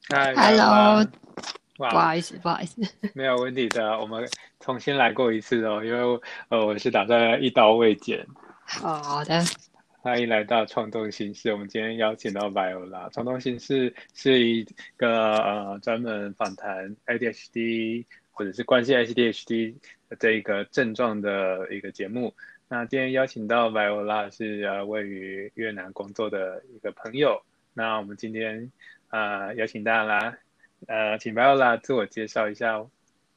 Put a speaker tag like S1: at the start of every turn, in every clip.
S1: 嗨，来欧
S2: Hello，
S1: 啦！哇，
S2: 不好意思，不好意思。
S1: 没有问题的，我们重新来过一次哦，因为我是打算一刀未剪。
S2: 好的。
S1: 欢迎来到创动形式，我们今天邀请到 Viola。创动形式是一个专门访谈 ADHD 或者是关系 ADHD 的这一个症状的一个节目。那今天邀请到 Viola 是位于越南工作的一个朋友。那我们今天邀请大家啦，请 Viola 自我介绍一下哦。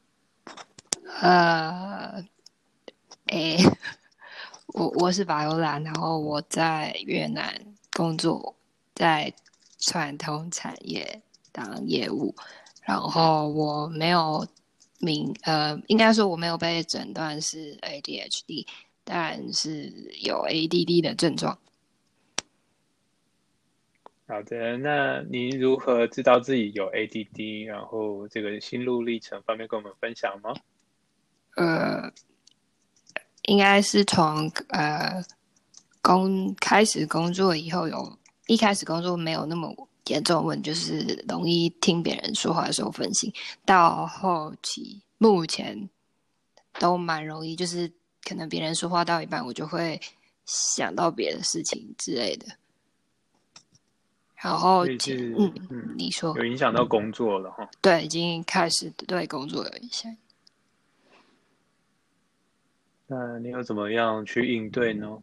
S2: 呃，诶，我是巴尤兰，然后我在越南工作，在传统产业当业务，然后我没有应该说我没有被诊断是 ADHD，但是有 ADD 的症状。
S1: 好的，那您如何知道自己有 ADD，然后这个心路历程方面跟我们分享吗？
S2: 呃，应该是从开始工作以后一开始工作没有那么严重的问题，就是容易听别人说话的时候分心，到后期目前都蛮容易，就是可能别人说话到一半，我就会想到别的事情之类的。然后
S1: 所以是
S2: 你说。
S1: 有影响到工作了哈。
S2: 对，已经开始对工作有影响。
S1: 那你有怎么样去应对呢？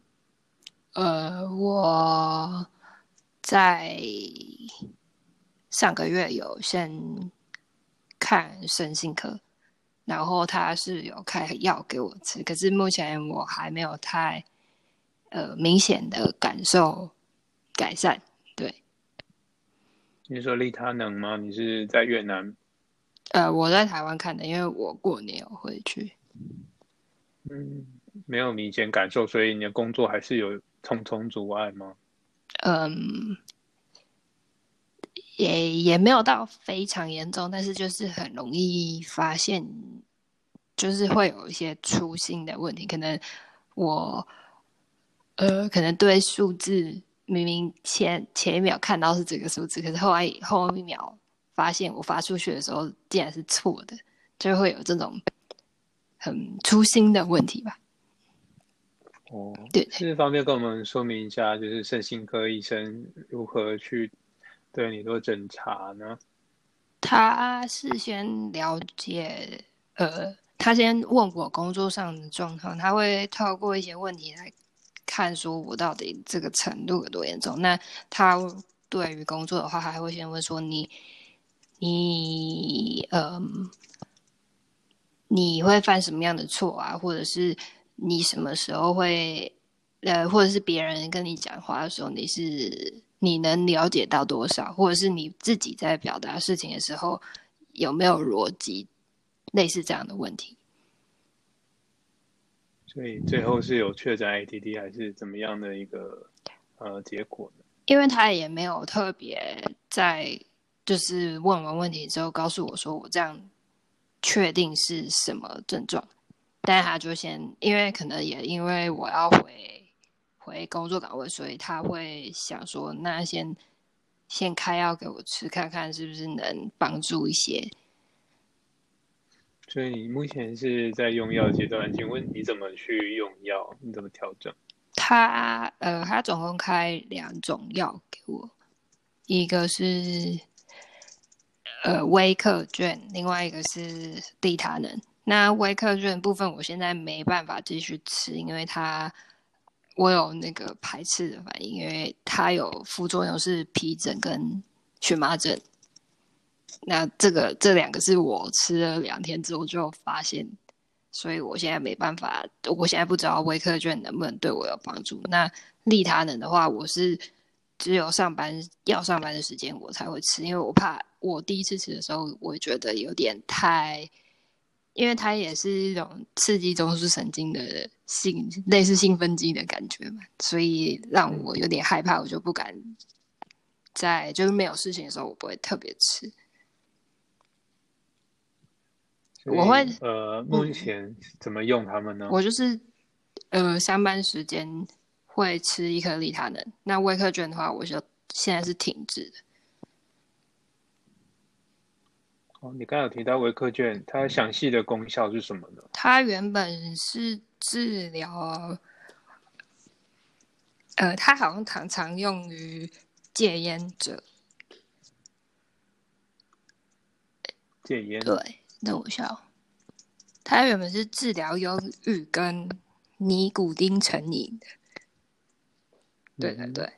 S2: 我在上个月有先看身心科，然后他是有开药给我吃，可是目前我还没有太明显的感受改善。对。
S1: 你说利他能吗？你是在越南？
S2: 我在台湾看的，因为我过年有回去。
S1: 嗯，没有明显感受，所以你的工作还是有重重阻碍吗？
S2: 嗯，也没有到非常严重，但是就是很容易发现，就是会有一些粗心的问题，可能我可能对数字明明前一秒看到是这个数字，可是后一秒发现我发出去的时候竟然是错的，就会有这种很粗心的问题吧。
S1: 哦，
S2: 对对。
S1: 是方便跟我们说明一下，就是身心科医生如何去对你做诊查呢？
S2: 他事先了解，他先问我工作上的状况，他会透过一些问题来看，说我到底这个程度有多严重。那他对于工作的话，他还会先问说你你会犯什么样的错啊，或者是你什么时候会或者是别人跟你讲话的时候，你能了解到多少，或者是你自己在表达事情的时候有没有逻辑，类似这样的问题。
S1: 所以最后是有确诊 ADD 还是怎么样的一个结果呢？
S2: 因为他也没有特别在就是问完问题之后告诉我说我这样确定是什么症状，但他就先因为可能也因为我要回工作岗位，所以他会想说那先开药给我吃看看是不是能帮助一些。
S1: 所以你目前是在用药阶段，请问你怎么去用药？你怎么调整？
S2: 他总共开2种药给我，一个是威克券，另外一个是利他能。那威克券的部分我现在没办法继续吃，因为我有那个排斥的反应，因为它有副作用是皮疹跟荨麻疹。那这2个是我吃了2天之后就发现，所以我现在没办法，我现在不知道微克卷能不能对我有帮助。那利他能的话，我是只有要上班的时间我才会吃，因为我怕我第一次吃的时候，我觉得有点太，因为它也是一种刺激中枢神经的类似兴奋剂的感觉嘛，所以让
S1: 嗯，
S2: 我有点害怕，我就不敢就是没有事情的时候，我不会特别吃。我会，
S1: 所以目前怎么用它们呢？
S2: 我就是上班时间会吃一颗利他能，那微克卷的话，我就现在是停止的。
S1: 哦，你刚刚有提到微科卷，它详细的功效是什么呢？
S2: 它原本是治疗，它好像常常用于戒烟者。
S1: 戒烟。
S2: 对，那我想，它原本是治疗忧郁跟尼古丁成瘾的。对对对。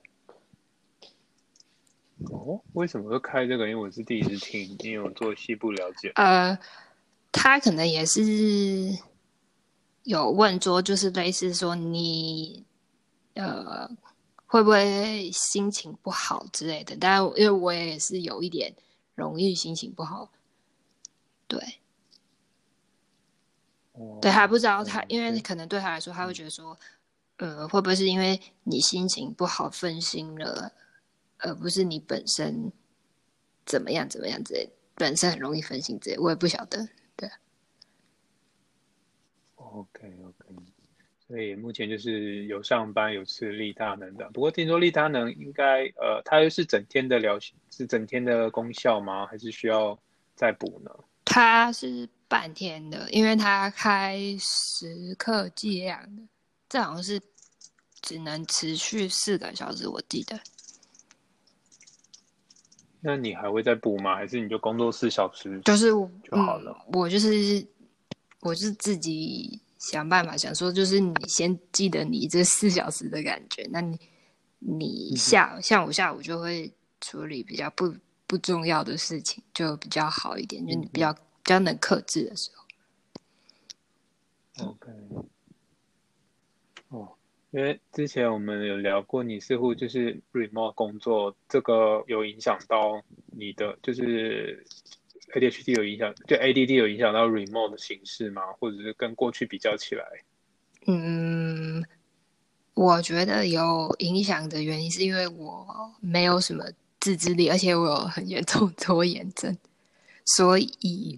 S1: 哦，为什么会开这个？因为我是第一次听，因为我做细部了解。
S2: 他可能也是有问说，就是类似说你会不会心情不好之类的，但因为我也是有一点容易心情不好。对。对，还不知道他，因为可能对他来说，他会觉得说，会不会是因为你心情不好分心了，而不是你本身怎么样怎么样之类的，本身很容易分心之类的，我也不晓得。对。
S1: OK OK，所以目前就是有上班有吃利他能的，不过听说利他能应该它是整天的是整天的功效吗？还是需要再补呢？
S2: 他是半天的，因为他开10克剂量的，这好像是只能持续4个小时，我记得。
S1: 那你还会再补吗？还是你就工作4小时
S2: 就是
S1: 就好了？
S2: 我就是自己想办法，想说就是你先记得你这4小时的感觉，那你像我下午就会处理比较不重要的事情，就比较好一点，就你比较能克制的时候。
S1: OK。哦，因为之前我们有聊过，你似乎就是 remote 工作，这个有影响到你的，就是 ADHD 有影响，就 ADD 有影响到 remote 的形式吗？或者是跟过去比较起来？
S2: 嗯，我觉得有影响的原因是因为我没有什么自制力，而且我有很严重的拖延症，所以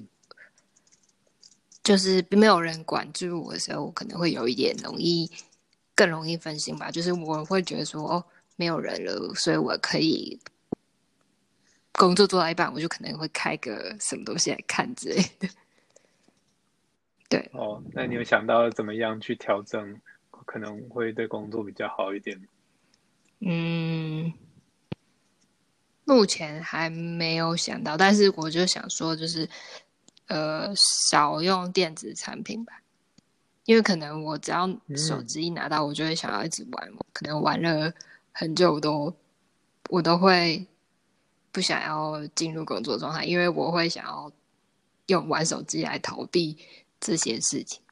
S2: 就是没有人管住我的时候，我可能会有一点更容易分心吧。就是我会觉得说，哦，没有人了，所以我可以工作做到一半，我就可能会开个什么东西来看之类的。对。
S1: 哦，那你有想到怎么样去调整，可能会对工作比较好一点？
S2: 嗯，目前还没有想到，但是我就想说，就是少用电子产品吧，因为可能我只要手机一拿到，我就会想要一直玩，可能玩了很久我都会不想要进入工作状态，因为我会想要用玩手机来逃避这些事情。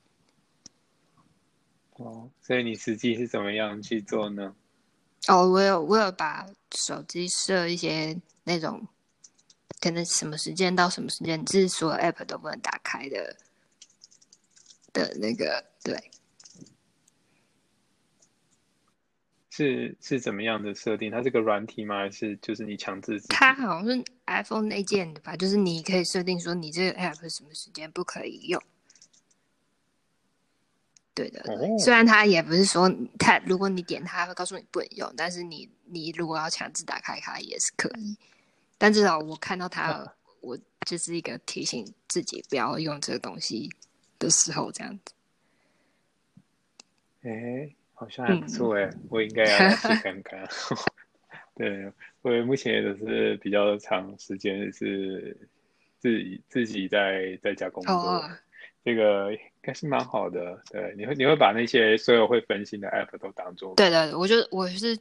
S1: 哦，所以你实际是怎么样去做呢？
S2: 哦，我有把手机设一些那种可能什么时间到什么时间，是所有 app 都不能打开的那个。对。
S1: 是怎么样的设定？它是个软体吗？还是就是你强制自己？
S2: 它好像是 iPhone 内建的吧，就是你可以设定说你这个 app 什么时间不可以用。对对对，虽
S1: 哦，
S2: 然它也不是说如果你点它会告诉你不能用，但是你如果要强制打开它也是可以。但至少我看到它，我就是一个提醒自己不要用这个东西的时候，这样子。
S1: 哎，好像还不错哎，我应该要来试看看。对，我目前也都是比较长时间是自己在家工作，
S2: 哦，
S1: 这个应该是蛮好的。对，你会把那些所有会分心的 app 都当做吗？
S2: 对对对，我是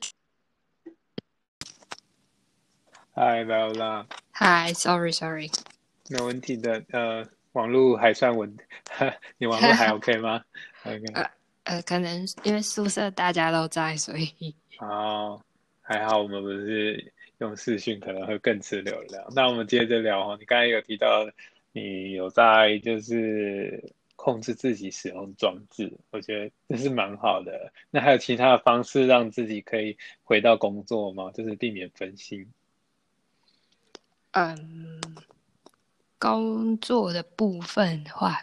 S1: 嗨，Viola，
S2: 嗨，sorry，
S1: 没问题的。网络还算稳，你网络还 OK 吗？OK。
S2: 可能因为宿舍大家都在，所以
S1: 好，还好我们不是用视讯，可能会更吃流量。那我们接着聊哦，你刚才有提到你有在就是控制自己使用装置，我觉得这是蛮好的。那还有其他的方式让自己可以回到工作吗？就是避免分心。
S2: 嗯，工作的部分的话，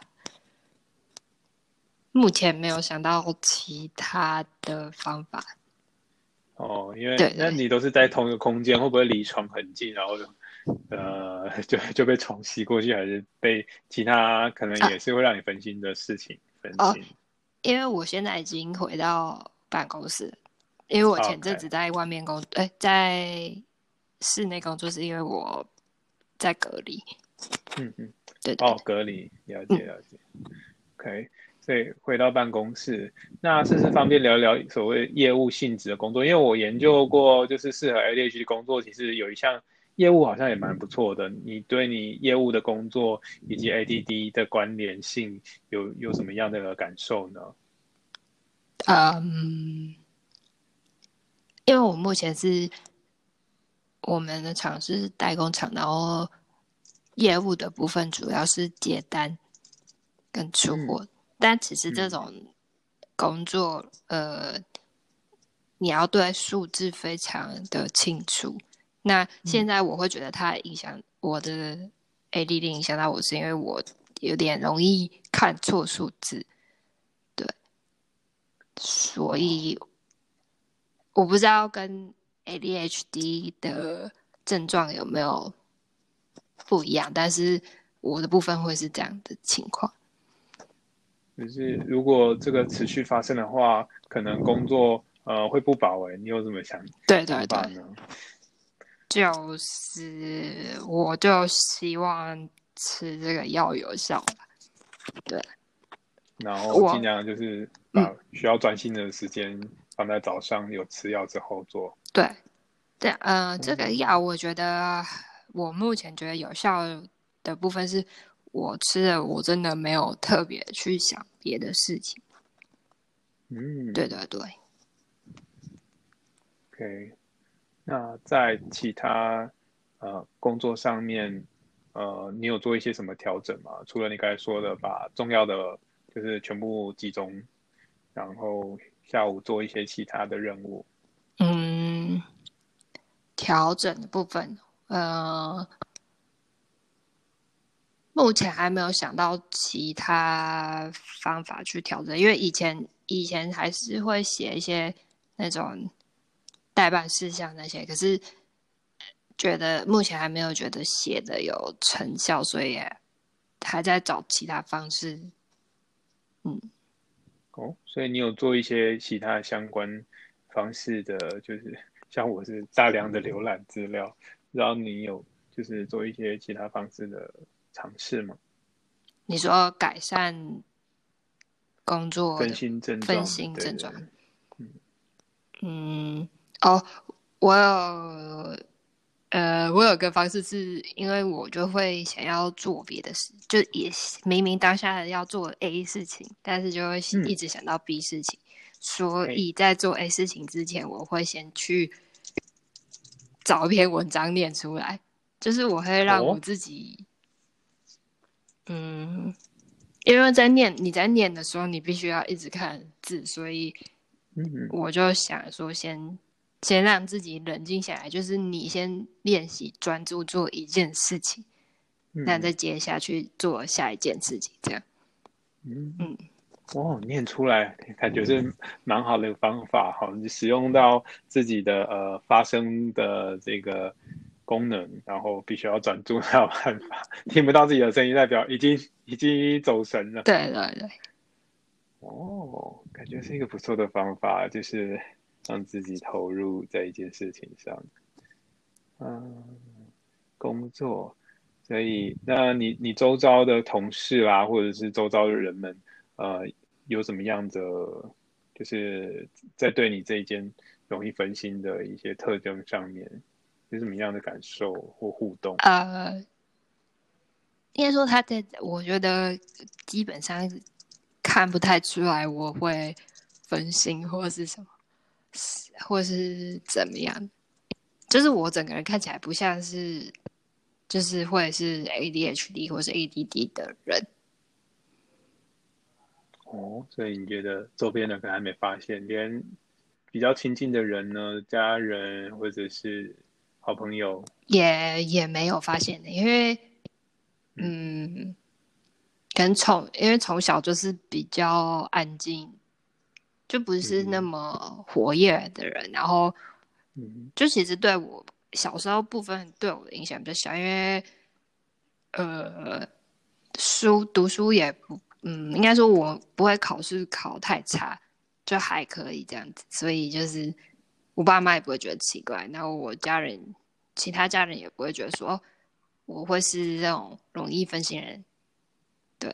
S2: 目前没有想到其他的方法。
S1: 哦，因为
S2: 对对。
S1: 那你都是在同一个空间，会不会离床很近，然后就被冲洗过去，还是被其他可能也是会让你分心的事情分
S2: 哦，
S1: 心
S2: 因为我现在已经回到办公室了，因为我前阵子
S1: ？OK，
S2: 在外面在室内工作，是因为我在隔离。
S1: 嗯嗯，哦，
S2: 对对对，
S1: 隔离，了解
S2: 嗯，
S1: 了解，OK。所以回到办公室，那是不是方便聊聊所谓业务性质的工作？因为我研究过，就是适合 ADHD 工作，其实有一项业务好像也蛮不错的。你对你业务的工作以及 ADD 的关联性有什么样的感受呢？
S2: 嗯，因为我目前是我们的厂是代工厂，然后业务的部分主要是接单跟出
S1: 嗯
S2: 货，但其实这
S1: 嗯
S2: 种工作，你要对数字非常的清楚。那现
S1: 嗯，
S2: 在我会觉得它影响我的 ADD 影响到我，是因为我有点容易看错数字，对，所
S1: 哦，
S2: 以我不知道跟 ADHD 的症状有没有不一样，但是我的部分会是这样的情况。
S1: 就是如果这个持续发生的话，可能工作会不保诶，你有什么
S2: 对对对，
S1: 想法呢？
S2: 就是我就希望吃这个药有效吧。对
S1: 然后尽
S2: 我，
S1: 量就是
S2: 嗯，
S1: 把需要专心的时间放在早上有吃药之后做。
S2: 对对，这个
S1: 嗯
S2: 药我觉得我目前觉得有效的部分是我吃了，我真的没有特别去想别的事情。对
S1: 嗯
S2: 对对，
S1: ，OK。那在其他工作上面，你有做一些什么调整吗？除了你刚才说的，把重要的就是全部集中，然后下午做一些其他的任务。
S2: 嗯，调整的部分，呃，目前还没有想到其他方法去调整，因为以前还是会写一些那种代办事项那些，可是觉得目前还没有觉得写的有成效，所以还在找其他方式。嗯，
S1: 哦，所以你有做一些其他相关方式的，就是像我是大量的浏览资料，然后你有就是做一些其他方式的尝试吗？
S2: 你说改善工作的
S1: 分心症
S2: 分
S1: 状，
S2: 心症状，
S1: 对对对，嗯
S2: 嗯，哦，我有我有个方式是，因为我就会想要做别的事，就也明明当下要做 A 事情，但是就会一
S1: 嗯，
S2: 直想到 B 事情，所
S1: 嘿，
S2: 以在做 A 事情之前，我会先去找一篇文章念出来，就是我会让我
S1: 哦，
S2: 自己，嗯，因为你在念的时候，你必须要一直看字，所以
S1: 嗯嗯
S2: 我就想说先让自己冷静下来，就是你先练习专注做一件事情，那再
S1: 嗯
S2: 接下去做下一件事情，这样。
S1: 嗯嗯，
S2: 嗯，
S1: 哦，念出来感觉是蛮好的方法哈，你使用到自己的发声的这个功能，然后必须要专注才有办法，听不到自己的声音，代表已经走神了。
S2: 对对对，
S1: 哦，感觉是一个不错的方法，就是让自己投入在一件事情上。嗯，工作，所以那你周遭的同事啦，或者是周遭的人们，呃，有什么样的，就是在对你这一件容易分心的一些特征上面，有什么样的感受或互动？
S2: 应该说我觉得基本上看不太出来我会分心或是什么，或是怎么样，就是我整个人看起来不像是就是会是 ADHD 或是 ADD 的人。
S1: 哦，所以你觉得周边的可能还没发现，连比较亲近的人呢，家人或者是好朋友，
S2: 也没有发现的，因为
S1: 嗯
S2: 可能因为从小就是比较安静，就不是那
S1: 嗯
S2: 么活跃的人，然后
S1: 嗯
S2: 就其实对我小时候部分对我的影响比较小，因为呃，读书也不，应该说我不会考试考太差，就还可以这样子，所以就是我爸妈也不会觉得奇怪，然后其他家人也不会觉得说我会是那种容易分心人，对。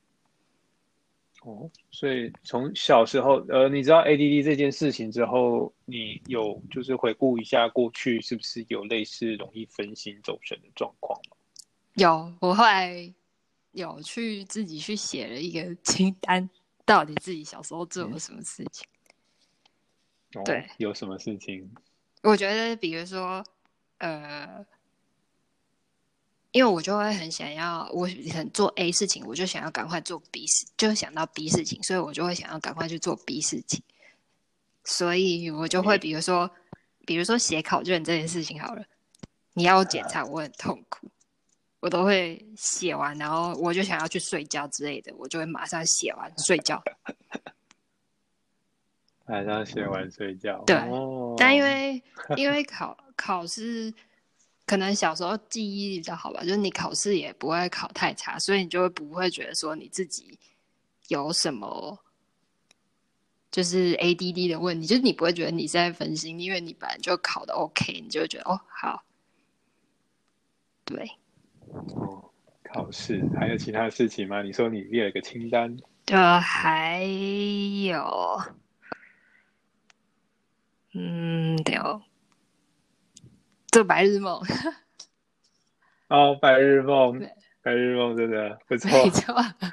S1: 哦，所以从小时候，你知道 ADD 这件事情之后，你有就是回顾一下过去是不是有类似容易分心走神的状况吗？
S2: 有，我后来有自己去写了一个清单，到底自己小时候做了
S1: 嗯，
S2: 什么事情。
S1: 哦，
S2: 对，
S1: 有什么事情？
S2: 我觉得比如说，呃，因为我就会很想要，我很做 A 事情，我就想要赶快做 B 事，就想到 B 事情，所以我就会想要赶快去做 B 事情，所以我就会
S1: 诶，
S2: 比如说写考卷这件事情好了，你要我检查，我很痛苦，我都会写完，然后我就想要去睡觉之类的，我就会马上写完睡觉。
S1: 晚上写完睡觉。
S2: 对，但因
S1: 哦，
S2: 为因为考试，可能小时候记忆力比较好吧，就是你考试也不会考太差，所以你就会不会觉得说你自己有什么就是 ADD 的问题，就是你不会觉得你是在分心，因为你本来就考的 OK，你就会觉得哦好，对，
S1: 哦，考试还有其他事情吗？你说你列了个清单。
S2: 就还有对哦，做白日梦，
S1: 哦，白日梦，
S2: 对，
S1: 白日梦真的不
S2: 没
S1: 错。
S2: 错。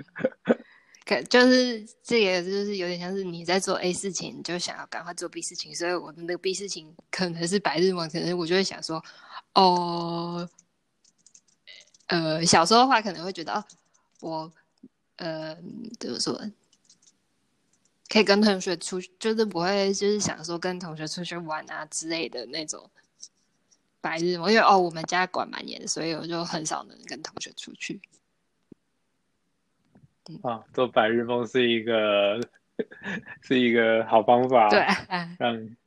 S2: 就是这个，就是有点像是你在做 A 事情，你就想要赶快做 B 事情，所以我的那个 B 事情可能是白日梦，可能我就会想说，哦，小时候的话可能会觉得，哦，我呃怎么说，可以跟同学出去，就是不会就是想说跟同学出去玩啊之类的那种白日梦，因为我们家管蛮严的，所以我就很少能跟同学出去。
S1: 啊，做白日梦是一个是一个好方
S2: 对，
S1: 法，让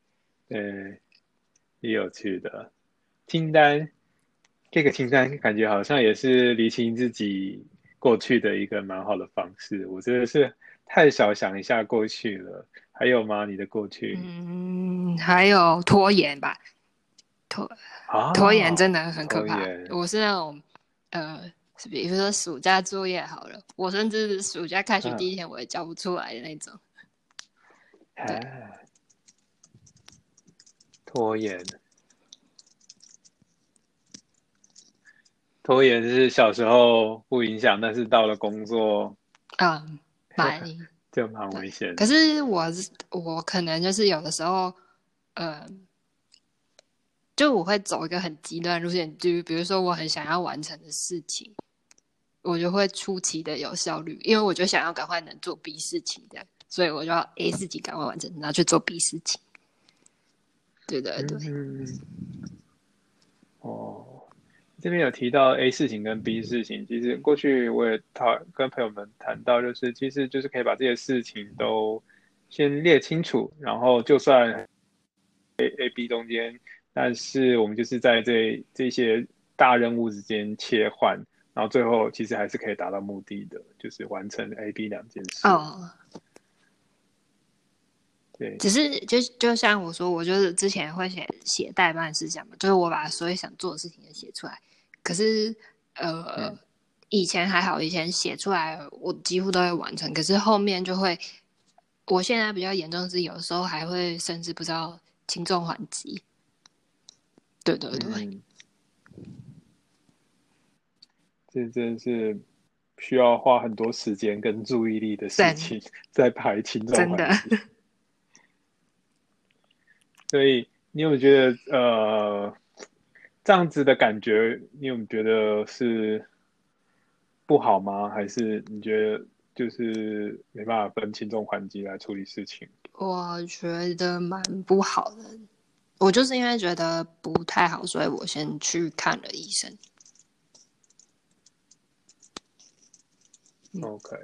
S1: 挺有趣的清单。这个清单感觉好像也是理清自己过去的一个蛮好的方式。我真的是太少想一下过去了。还有吗？你的过去
S2: 还有拖延吧，拖拖延
S1: 啊，
S2: 真的很可
S1: 拖
S2: 怕。
S1: 延，
S2: 我是那种比如说暑假作业好了，我甚至暑假开学第
S1: 嗯，
S2: 一天我也交不出来的那种。对，
S1: 哎，拖延，拖延是小时候不影响，但是到了工作
S2: 嗯，蛮
S1: 就蛮
S2: 对。
S1: 危险的。
S2: 可是我可能就是有的时候，呃，就我会走一个很极端路线，就比如说我很想要完成的事情，我就会出奇的有效率，因为我就想要赶快能做 B 事情这样，所以我就要 A 事情赶快完成，然后去做 B 事情。对对对，
S1: 嗯，哦，这边有提到 A 事情跟 B 事情，其实过去我也跟朋友们谈到，就是其实就是可以把这些事情都先列清楚，然后就算 A、B 中间，但是我们就是在这些大任务之间切换，然后最后其实还是可以达到目的的，就是完成 A、B 两件事。
S2: 哦，
S1: 对，
S2: 只是就像我说，我就是之前会写代办事项嘛，就是我把所有想做的事情写出来。可是
S1: 嗯
S2: 以前还好，以前写出来我几乎都会完成，可是后面就会，我现在比较严重的是，有时候还会甚至不知道轻重缓急。对对对，
S1: 嗯，这真是需要花很多时间跟注意力的事
S2: 真
S1: 情，在排轻重
S2: 真的，
S1: 缓急。所以你有觉得这样子的感觉，你有觉得是不好吗？还是你觉得就是没办法分轻重缓急来处理事情？
S2: 我觉得蛮不好的。我就是因为觉得不太好，所以我先去看了医生。嗯，
S1: OK，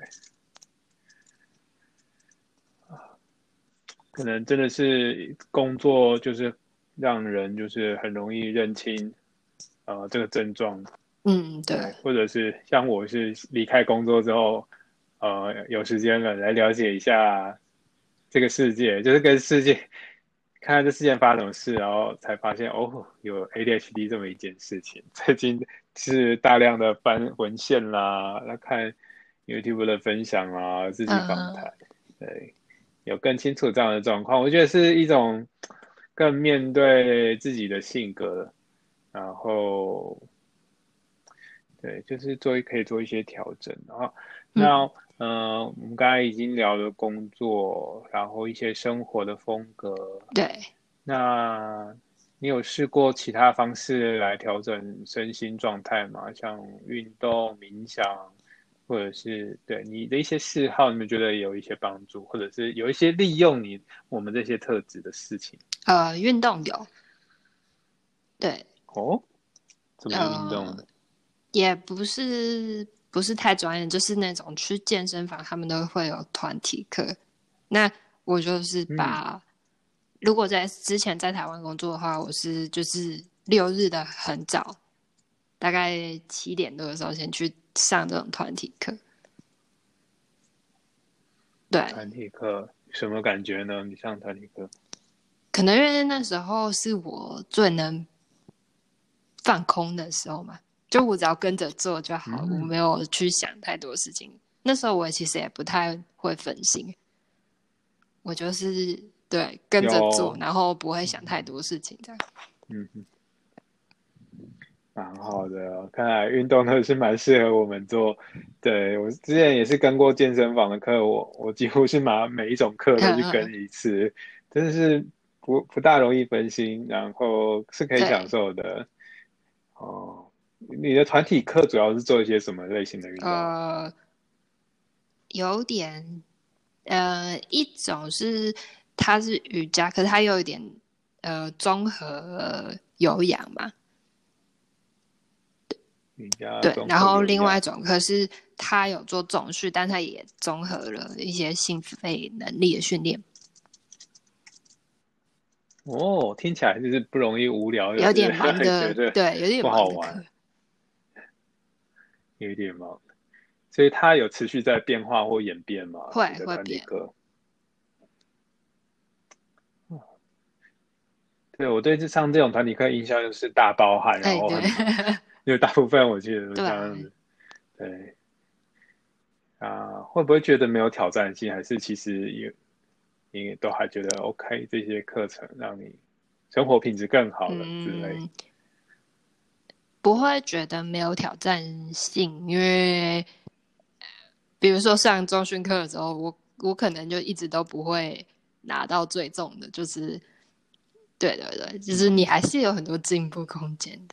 S1: 可能真的是工作就是让人就是很容易认清这个症状，
S2: 嗯，对，
S1: 对，或者是像我是离开工作之后，有时间了来了解一下这个世界，就是跟世界看看这世界发生什么事，然后才发现哦，有 ADHD 这么一件事情。最近是大量的翻文献啦，来看 YouTube 的分享啦，自己访
S2: 嗯
S1: 谈，对，有更清楚这样的状况，我觉得是一种更面对自己的性格，然后。对，就是可以做一些调整。然后，那
S2: 嗯，
S1: 我们刚才已经聊了工作，然后一些生活的风格。
S2: 对。
S1: 那你有试过其他方式来调整身心状态吗？像运动、冥想，或者是对你的一些嗜好，你们觉得有一些帮助，或者是有一些利用我们这些特质的事情？
S2: 运动有，对，
S1: 哦，怎么运动
S2: 呃，
S1: 呢？
S2: 也不是太专业，就是那种去健身房，他们都会有团体课。那我就是
S1: 嗯，
S2: 如果之前在台湾工作的话，我是就是6日的很早，大概7点多的时候先去上这种团体课。对，
S1: 团体课什么感觉呢？你上团体课？
S2: 可能因为那时候是我最能放空的时候嘛，就我只要跟着做就好，我
S1: 嗯。
S2: 没有去想太多事情。那时候我其实也不太会分心，我就是对跟着做，
S1: 有，
S2: 然后不会想太多事情这样。
S1: 嗯哼，蛮好的。看来运动都是蛮适合我们做。对，我之前也是跟过健身房的课，我几乎是每一种课都去跟一次，真的是不大容易分心，然后是可以享
S2: 对，
S1: 受的。哦，你的团体课主要是做一些什么类型的运动啊？
S2: 呃，有点一种是它是瑜伽，可是它又有一点综合有氧嘛，
S1: 瑜伽、
S2: 对。
S1: 综
S2: 然后
S1: 合有氧。
S2: 另外一种可是它有做重训，但它也综合了一些心肺能力的训练。
S1: 哦，听起来就是不容易无聊，又
S2: 有点
S1: 是
S2: 忙的，
S1: 觉得
S2: 对，有点
S1: 不好
S2: 忙的课。
S1: 玩，有一点忙。所以它有持续在变化或演变吗？你的
S2: 会变，
S1: 团体课？对，我对上这种团体课印象就是大包含，然
S2: 哎，对，
S1: 后很忙，因为大部分我记得都
S2: 对啊，
S1: 这样子。对啊，会不会觉得没有挑战性？还是其实你都还觉得 OK？这些课程让你生活品质更好了之类？
S2: 嗯，不会觉得没有挑战性，因为比如说上中训课的时候，我可能就一直都不会拿到最重的，就是对对对，就是你还是有很多进步空间的。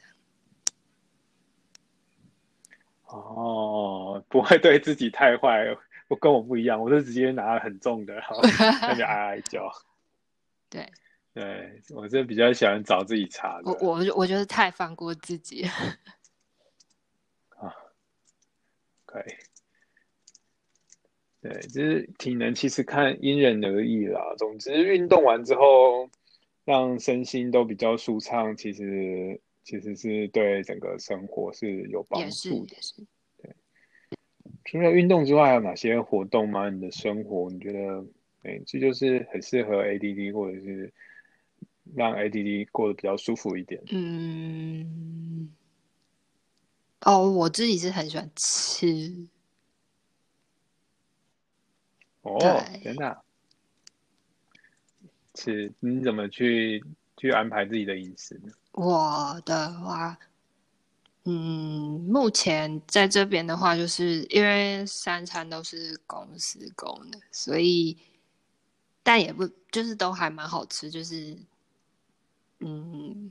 S1: 哦，不会对自己太坏。跟我不一样，我是直接拿了很重的，然后那边哀哀叫。
S2: 对，
S1: 对，我是比较喜欢找自己查的
S2: 我觉得太放过自己了。
S1: 啊，可以。对，就是体能其实看因人而异啦。总之，运动完之后，让身心都比较舒畅，其实是对整个生活是有
S2: 也是
S1: 帮助的。
S2: 也是，
S1: 除了运动之外，还有哪些活动吗？你的生活你觉得，哎，这就是很适合 ADD，或者是让 ADD 过得比较舒服一点。
S2: 嗯，哦，我自己是很喜欢吃，
S1: 哦，真
S2: 对，
S1: 的啊是你怎么去安排自己的饮食呢？
S2: 我的话，目前在这边的话，就是因为3餐都是公司供的，所以但也不就是都还蛮好吃，就是嗯，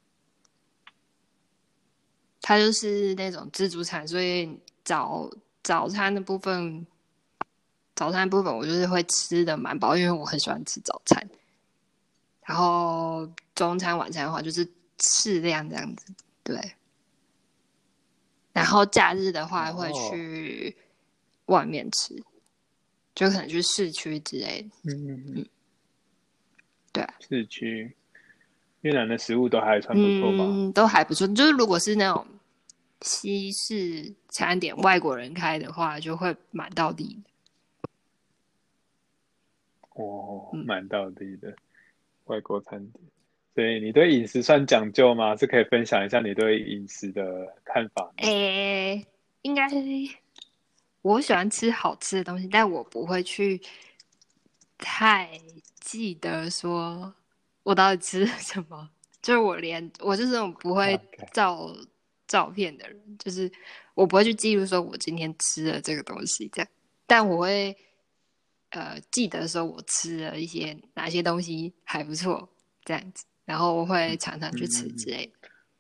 S2: 它就是那种自助餐，所以早餐的部分，我就是会吃的蛮饱，因为我很喜欢吃早餐。然后中餐、晚餐的话，就是适量这样子，对。然后假日的话，会
S1: 哦，
S2: 去外面吃，就可能去市区之类的。
S1: 嗯，
S2: 对啊，
S1: 市区越南的食物都还算不错吧？
S2: 都还不错。就是如果是那种西式餐点外国人开的话，就会蛮道地的。
S1: 哦，蛮道地的外国餐点。所以你对饮食算讲究吗？是可以分享一下你对饮食的看法吗？
S2: 诶，应该我喜欢吃好吃的东西，但我不会去太记得说我到底吃了什么。就是我就是那种不会
S1: OK，
S2: 照照片的人，就是我不会去记录说我今天吃了这个东西这样，但我会记得说我吃了一些哪些东西还不错这样子，然后我会常常去吃之
S1: 嗯
S2: 类的。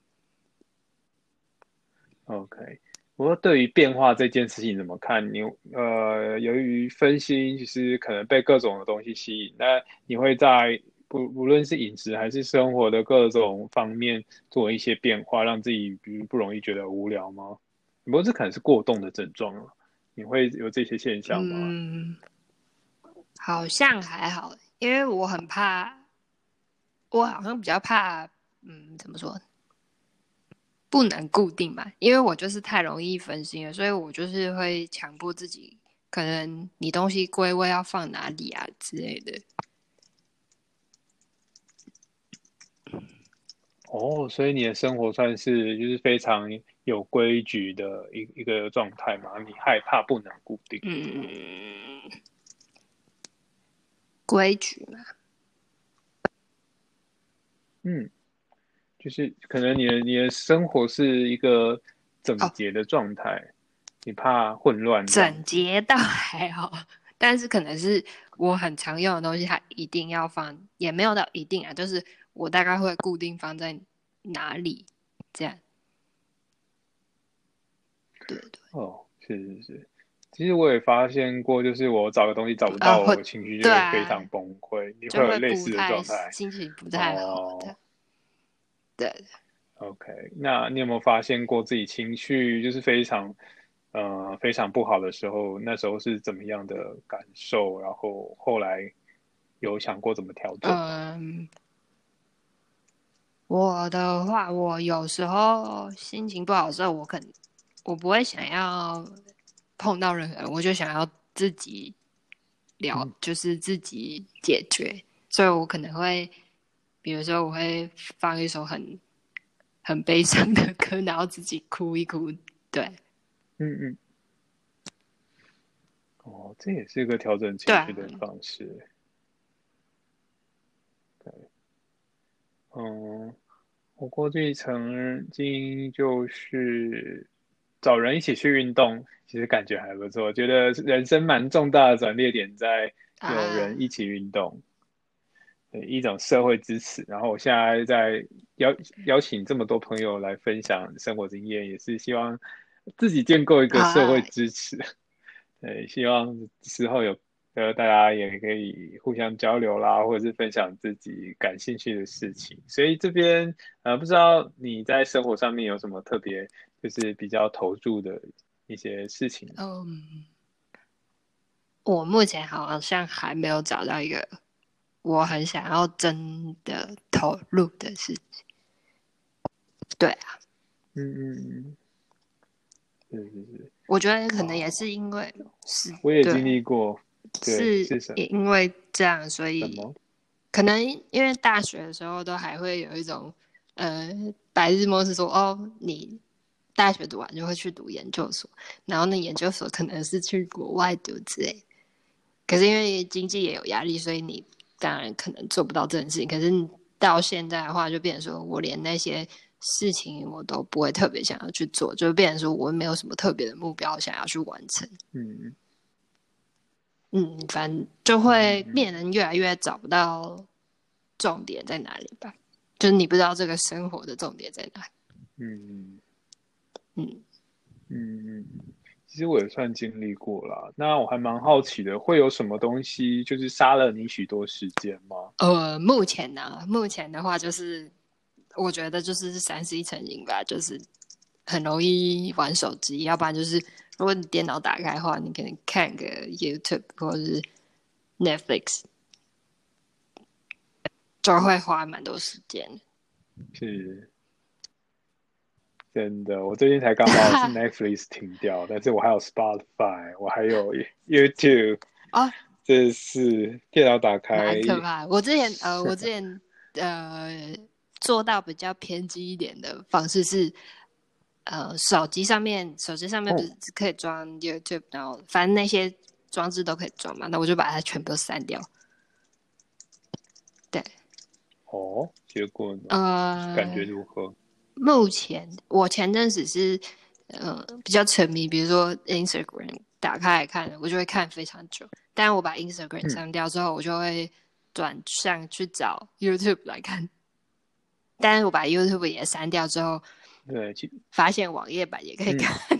S1: OK。不过对于变化这件事情怎么看？由于分心，其实可能被各种的东西吸引，那你会在不论是饮食还是生活的各种方面做一些变化，让自己比如不容易觉得无聊吗？不过这可能是过动的症状了，你会有这些现象吗？
S2: 嗯，好像还好，因为我很怕，我好像比较怕，怎么说？不能固定嘛，因为我就是太容易分心了，所以我就是会强迫自己，可能你东西归位要放哪里啊之类的。
S1: 哦，所以你的生活算是就是非常有规矩的一个状态嘛？你害怕不能固定。
S2: 嗯，规矩嘛。
S1: 嗯，就是可能你的生活是一个整
S2: 哦，
S1: 洁的状态，你怕混乱这样
S2: 整
S1: 子。
S2: 洁倒还好，但是可能是我很常用的东西，它一定要放，也没有到一定啊，就是我大概会固定放在哪里，这样。对对，
S1: 哦，是是是。其实我也发现过，就是我找个东西找不到，
S2: 会，
S1: 我情绪就
S2: 对
S1: 会非常
S2: 啊，
S1: 崩溃。你会
S2: 就会
S1: 有类似的
S2: 不太
S1: 状态？
S2: 心情不太好的。
S1: 哦
S2: 对，
S1: ，OK。那你有没有发现过自己情绪就是非常不好的时候，那时候是怎么样的感受？然后后来有想过怎么调整吗？
S2: 嗯，我的话，我有时候心情不好的时候，我不会想要碰到任何人，我就想要自己
S1: 嗯
S2: 就是自己解决，所以我可能会，比如说我会放一首很悲伤的歌，然后自己哭一哭。对，
S1: 嗯嗯。哦，这也是一个调整
S2: 对啊，
S1: 情绪的方式。对。嗯，我过去曾经就是找人一起去运动，其实感觉还不错，觉得人生蛮重大的转捩点在有
S2: 啊，
S1: 人一起运动，一种社会支持。然后我现在在邀请这么多朋友来分享生活经验，也是希望自己建构一个社会
S2: 啊，
S1: 支持。对，希望之后大家也可以互相交流啦，或者是分享自己感兴趣的事情。所以这边不知道你在生活上面有什么特别，就是比较投注的一些事情吗？
S2: 嗯，我目前好像还没有找到一个我很想要真的投入的事情。对啊，
S1: 嗯嗯嗯，是是是。
S2: 我觉得可能也
S1: 好，
S2: 是因为是
S1: 我也经
S2: 对，
S1: 历过。对，
S2: 是
S1: 是
S2: 因为这样，所以
S1: 什么？
S2: 可能因为大学的时候都还会有一种白日梦是说哦，你大学读完就会去读研究所，然后那研究所可能是去国外读之类。可是因为经济也有压力，所以你当然可能做不到这件事情。可是到现在的话，就变成说我连那些事情我都不会特别想要去做，就变成说我没有什么特别的目标想要去完成。
S1: 嗯
S2: 反正就会
S1: 嗯嗯
S2: 变得越来越找不到重点在哪里吧，就是你不知道这个生活的重点在哪里。
S1: 嗯
S2: 嗯，
S1: 嗯嗯。其实我也算经历过啦。那我还蛮好奇的，会有什么东西就是杀了你许多时间吗？
S2: 目前的话就是我觉得就是3C 成瘾吧，就是很容易玩手机，要不然就是如果你电脑打开的话，你可能看个 YouTube 或者是 Netflix，就会花蛮多时间。
S1: 是。 真的，我最近才刚把我是 Netflix 停掉，但是我还有 Spotify，我还有 YouTube，
S2: 哦，
S1: 这是电脑打开，
S2: 蛮可怕的。我之前做到比较偏激一点的方式是，手机上面不
S1: 哦，
S2: 是可以装 YouTube，然后反正那些装置都可以装嘛，那我就把它全部删掉。对，
S1: 哦，结果呢？感觉
S2: 呃，
S1: 如何？
S2: 目前我前阵子是比较沉迷，比如说 Instagram 打开来看，我就会看非常久。但我把 Instagram
S1: 嗯，
S2: 删掉之后，我就会转向去找 YouTube 来看。但是我把 YouTube 也删掉之后，
S1: 对，
S2: 发现网页版也可以
S1: 嗯，
S2: 看。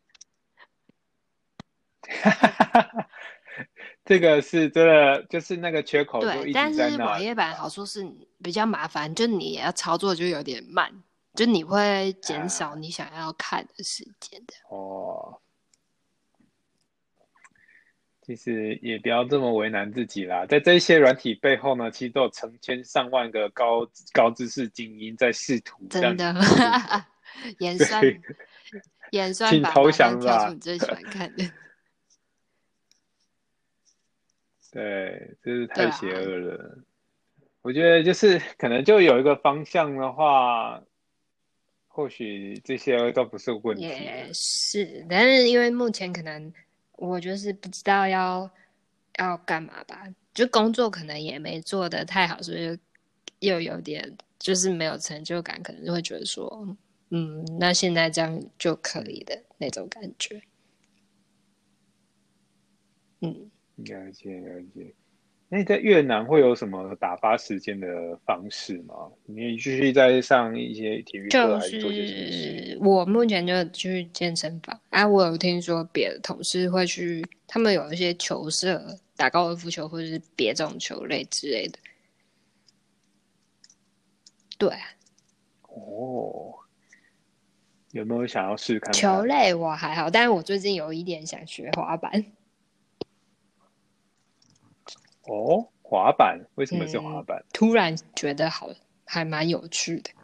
S1: 这个是真的，就是那个缺口就
S2: 对，
S1: 一直
S2: 但是网
S1: 在那里
S2: 页版好处是比较麻烦，就你也要操作就有点慢，就你会减少
S1: 啊。
S2: 你想要看的时间的。
S1: 哦，其实也不要这么为难自己啦，在这些软体背后呢，其实都有成千上万个高知识精英在试图让你
S2: 真的，
S1: 投入的，
S2: 演
S1: 所以
S2: 算演算
S1: 请投
S2: 法马上
S1: 降吧。
S2: 跳出你最喜欢看的。
S1: 对，这是
S2: 对
S1: 太邪
S2: 啊，
S1: 恶了。我觉得就是可能就有一个方向的话，或许这些都不是问题
S2: 也
S1: 了。
S2: 是，但是因为目前可能我就是不知道要干嘛吧，就工作可能也没做得太好，所以又有点就是没有成就感，可能就会觉得说，那现在这样就可以
S1: 嗯，
S2: 的那种感觉。嗯，
S1: 了解了解。那你在越南会有什么打发时间的方式吗？你继续在上一些体育课，
S2: 就
S1: 还是做些什么事？
S2: 是我目前就去健身房啊，我有听说别的同事会去，他们有一些球社打高尔夫球或者是别种球类之类的。对啊，
S1: 哦，有没有想要试看看？
S2: 球类我还好，但是我最近有一点想学滑板。
S1: 哦，滑板，为什么是滑
S2: 嗯，
S1: 板？
S2: 突然觉得好，还蛮有趣的。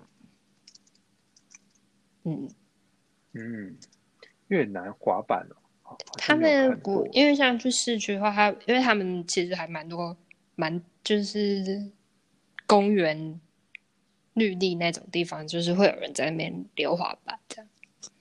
S2: 嗯，
S1: 嗯，越南滑板哦，好像
S2: 他
S1: 没有
S2: 们我
S1: 看过。
S2: 因为像去市区的话，因为他们其实还蛮多，就是公园绿地那种地方，就是会有人在那边溜滑板这样。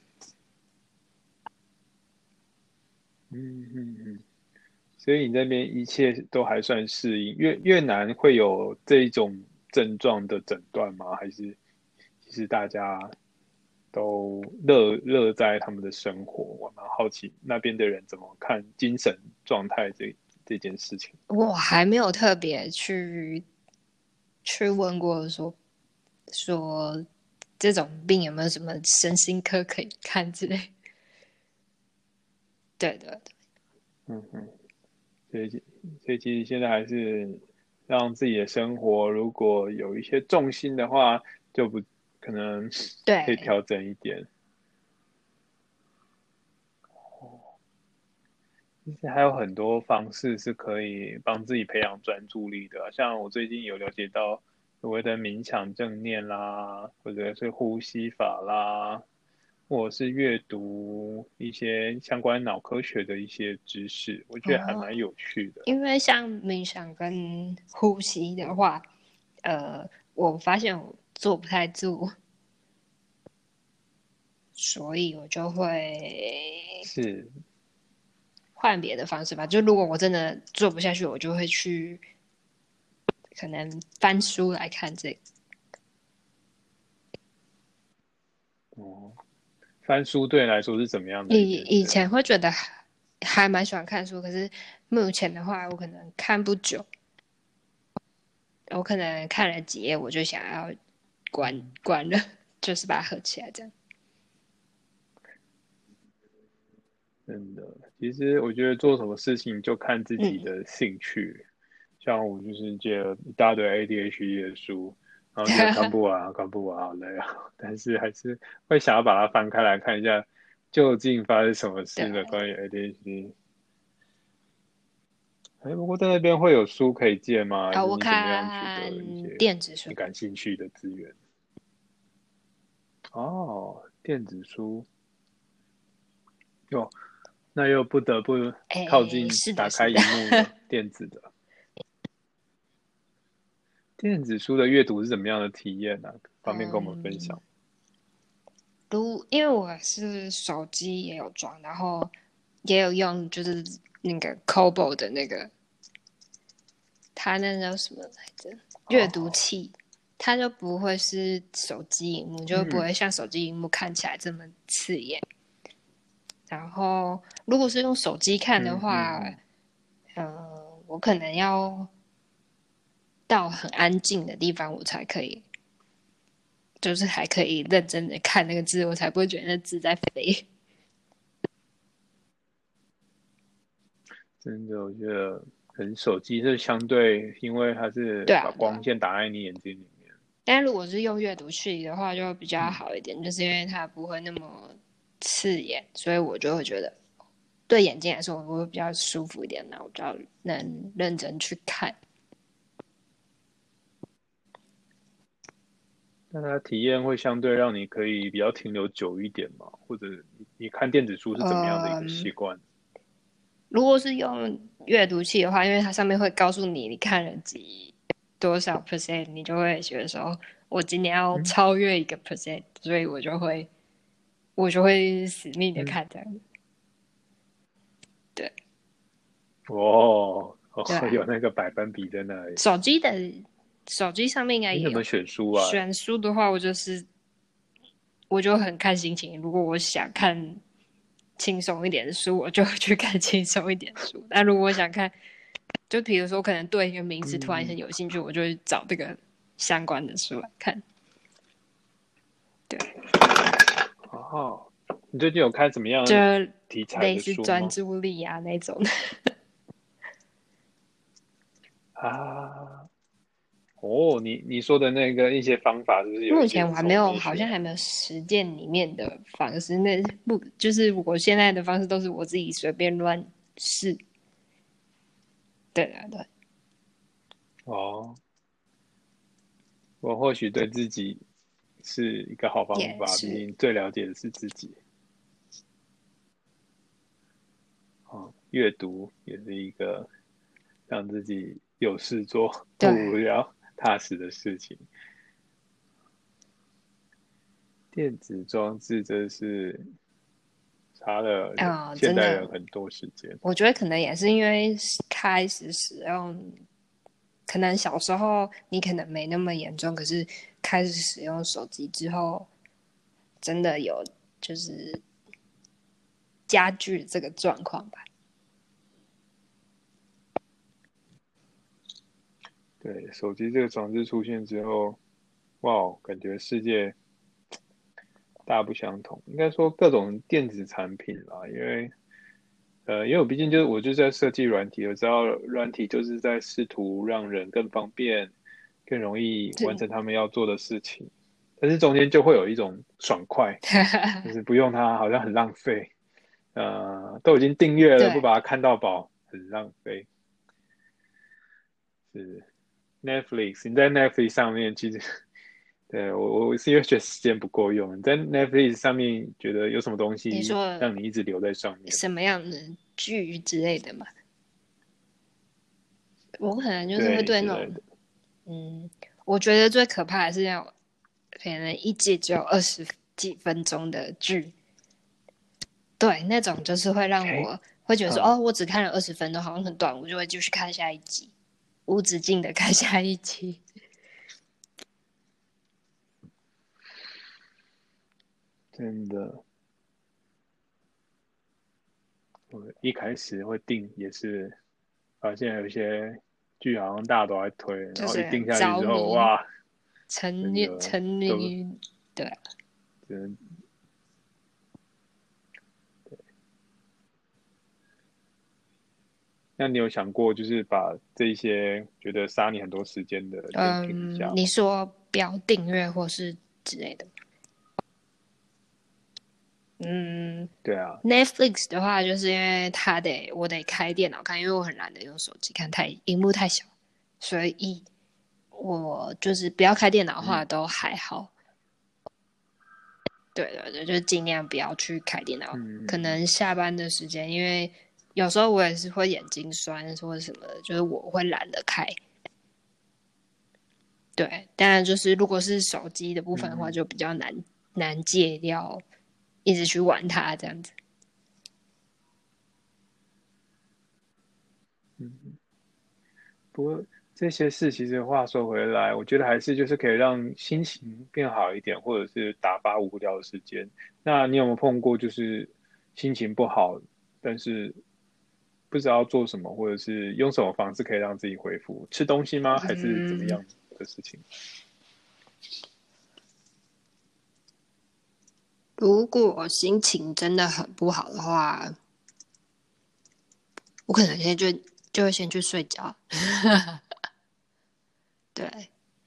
S1: 嗯嗯嗯，所以你那边一切都还算适应。越南会有这一种症状的诊断吗？还是其实大家都乐在他们的生活？我蛮好奇那边的人怎么看精神状态这件事情。
S2: 我还没有特别去问过说这种病有没有什么身心科可以看之类。对的，
S1: 嗯嗯，所以其实现在还是让自己的生活，如果有一些重心的话，就不可能可以
S2: 对，
S1: 调整一点。其实还有很多方式是可以帮自己培养专注力的啊，像我最近有了解到所谓的冥想正念啦，或者是呼吸法啦，或者是阅读一些相关脑科学的一些知识，我觉得还蛮
S2: 哦，
S1: 有趣的。
S2: 因为像冥想跟呼吸的话，我发现我做不太住，所以我就会
S1: 是，
S2: 换别的方式吧。就如果我真的做不下去，我就会去可能翻书来看这个。
S1: 哦，翻书对你来说是怎么样的一件事？
S2: 以前会觉得还蛮喜欢看书，可是目前的话，我可能看不久，我可能看了几页，我就想要关了，就是把它合起来这样。
S1: 真的，其实我觉得做什么事情就看自己
S2: 嗯，
S1: 的兴趣。像我就是借了一大堆 ADHD 的书，然后觉得看不完啊，看不完，好累啊。但是还是会想要把它翻开来看一下，究竟发生什么事了，
S2: 对
S1: 关于 ADHD。哎，不过在那边会有书可以借吗？还
S2: 啊，
S1: 是
S2: 我
S1: 你怎么样取得一
S2: 看
S1: 些
S2: 电子书，
S1: 你感兴趣的资源？哦， 电子书哟，那又不得不靠近
S2: 是的，
S1: 打开
S2: 是的。
S1: 荧幕了。电子的电子书的阅读是怎么样的体验呢、方便跟我们分享？
S2: 因为我是手机也有装，然后也有用，就是那个 Kobo 的那个，它那叫什么来着？阅读
S1: 哦，
S2: 器，它就不会是手机荧幕，就不
S1: 嗯
S2: 会像手机荧幕看起来这么刺眼。然后，如果是用手机看的
S1: 嗯嗯
S2: 话，
S1: 嗯，
S2: 我可能要到很安静的地方，我才可以，就是还可以认真的看那个字，我才不会觉得那字在飞。
S1: 真的，我觉得很手机是相对，因为它是把
S2: 对啊，对啊。
S1: 光线打在你眼睛里面。
S2: 但如果是用阅读器的话，就比较
S1: 嗯
S2: 好一点，就是因为它不会那么刺眼，所以我就会觉得对眼睛来说，我会比较舒服一点，那我比较能认真去看。
S1: 那它体验会相对让你可以比较停留久一点嘛？或者你看电子书是怎么样的一个习
S2: 嗯，
S1: 惯？
S2: 如果是用阅读器的话，因为它上面会告诉你看了多少 percent，你就会觉得说，我今年要
S1: 嗯
S2: 超越一个 percent，所以我就会死命的
S1: 嗯，
S2: 看这样。对
S1: 哦哦，
S2: 对啊，
S1: 有那个百分比在那里。
S2: 手机的手机上面应该也有。
S1: 你怎么选书啊？
S2: 选书的话，我就很看心情。如果我想看轻松一点的书，我就去看轻松一点的书。但如果我想看，就比如说可能对一个名词突然
S1: 嗯，
S2: 很有兴趣，我就会找这个相关的书来看。对，
S1: 哦，你最近有看什么样
S2: 就
S1: 题材的
S2: 类似
S1: 书吗？
S2: 专注力啊那种。
S1: 啊，哦，你说的那个一些方法，是不是有一
S2: 目
S1: 些是从里
S2: 前我还没有，
S1: 面学的？
S2: 好像还没有实践里面的方式。那不就是我现在的方式都是我自己随便乱试。对啊，对，
S1: 哦，我或许对自己是一个好方法，毕
S2: 也是。
S1: 竟最了解的是自己。哦，阅读也是一个让自己有事做、不
S2: 对
S1: 无聊、踏实的事情。电子装置真是差了现代人
S2: 真的，
S1: 很多时间。
S2: 我觉得可能也是因为开始使用，可能小时候你可能没那么严重，可是开始使用手机之后，真的有就是加剧这个状况吧。
S1: 对，手机这个装置出现之后，哇，感觉世界大不相同。应该说各种电子产品啦，因为我毕竟我就是在设计软体，我知道软体就是在试图让人更方便、更容易完
S2: 是，
S1: 成他们要做的事情，但是中间就会有一种爽快，就是不用它好像很浪费，都已经订阅了，不
S2: 对，
S1: 把它看到饱，很浪费。是 Netflix，你在 Netflix 上面其实，对我是因为觉得时间不够用，你在 Netflix 上面觉得有什么东西
S2: 你说
S1: 让你一直留在上面？
S2: 什么样的剧之类的嘛？我可能就是会
S1: 对
S2: 对那种，
S1: 之类的。
S2: 嗯，我觉得最可怕的是那种可能一集只有20几分钟的剧，对，那种就是会让
S1: 哎，
S2: 我会觉得说，
S1: 嗯，
S2: 哦，我只看了20分钟，好像很短，我就会继续看下一集，无止境的看下一集。
S1: 真的，我一开始会定也是发现有一些剧好像大家都在推，然后一
S2: 就是
S1: 定下去之后，
S2: 着迷、
S1: 哇，
S2: 沉
S1: 真的
S2: 迷、沉迷
S1: 都
S2: 于，对啊，
S1: 真那你有想过，就是把这一些觉得杀你很多时间的先停一下
S2: 你
S1: 吗？
S2: 说不要订阅或是之类的，嗯
S1: 对啊，
S2: ，Netflix 的话，就是因为我得开电脑看，因为我很懒得用手机看，荧幕太小，所以我就是不要开电脑的话
S1: 嗯，
S2: 都还好。 对对对，就是尽量不要去开电脑，可
S1: 嗯
S2: 能下班的时间，因为有时候我也是会眼睛酸或者什么的，就是我会懒得开。对，当然就是如果是手机的部分的话，
S1: 嗯
S2: 就比较难戒掉，一直去玩它这样子。
S1: 嗯。不过这些事其实话说回来，我觉得还是就是可以让心情变好一点，或者是打发无聊的时间。那你有没有碰过就是心情不好，但是不知道做什么，或者是用什么方式可以让自己恢复？吃东西吗？还是怎么
S2: 嗯，
S1: 样的事情？
S2: 如果心情真的很不好的话，我可能就会先去睡觉。对，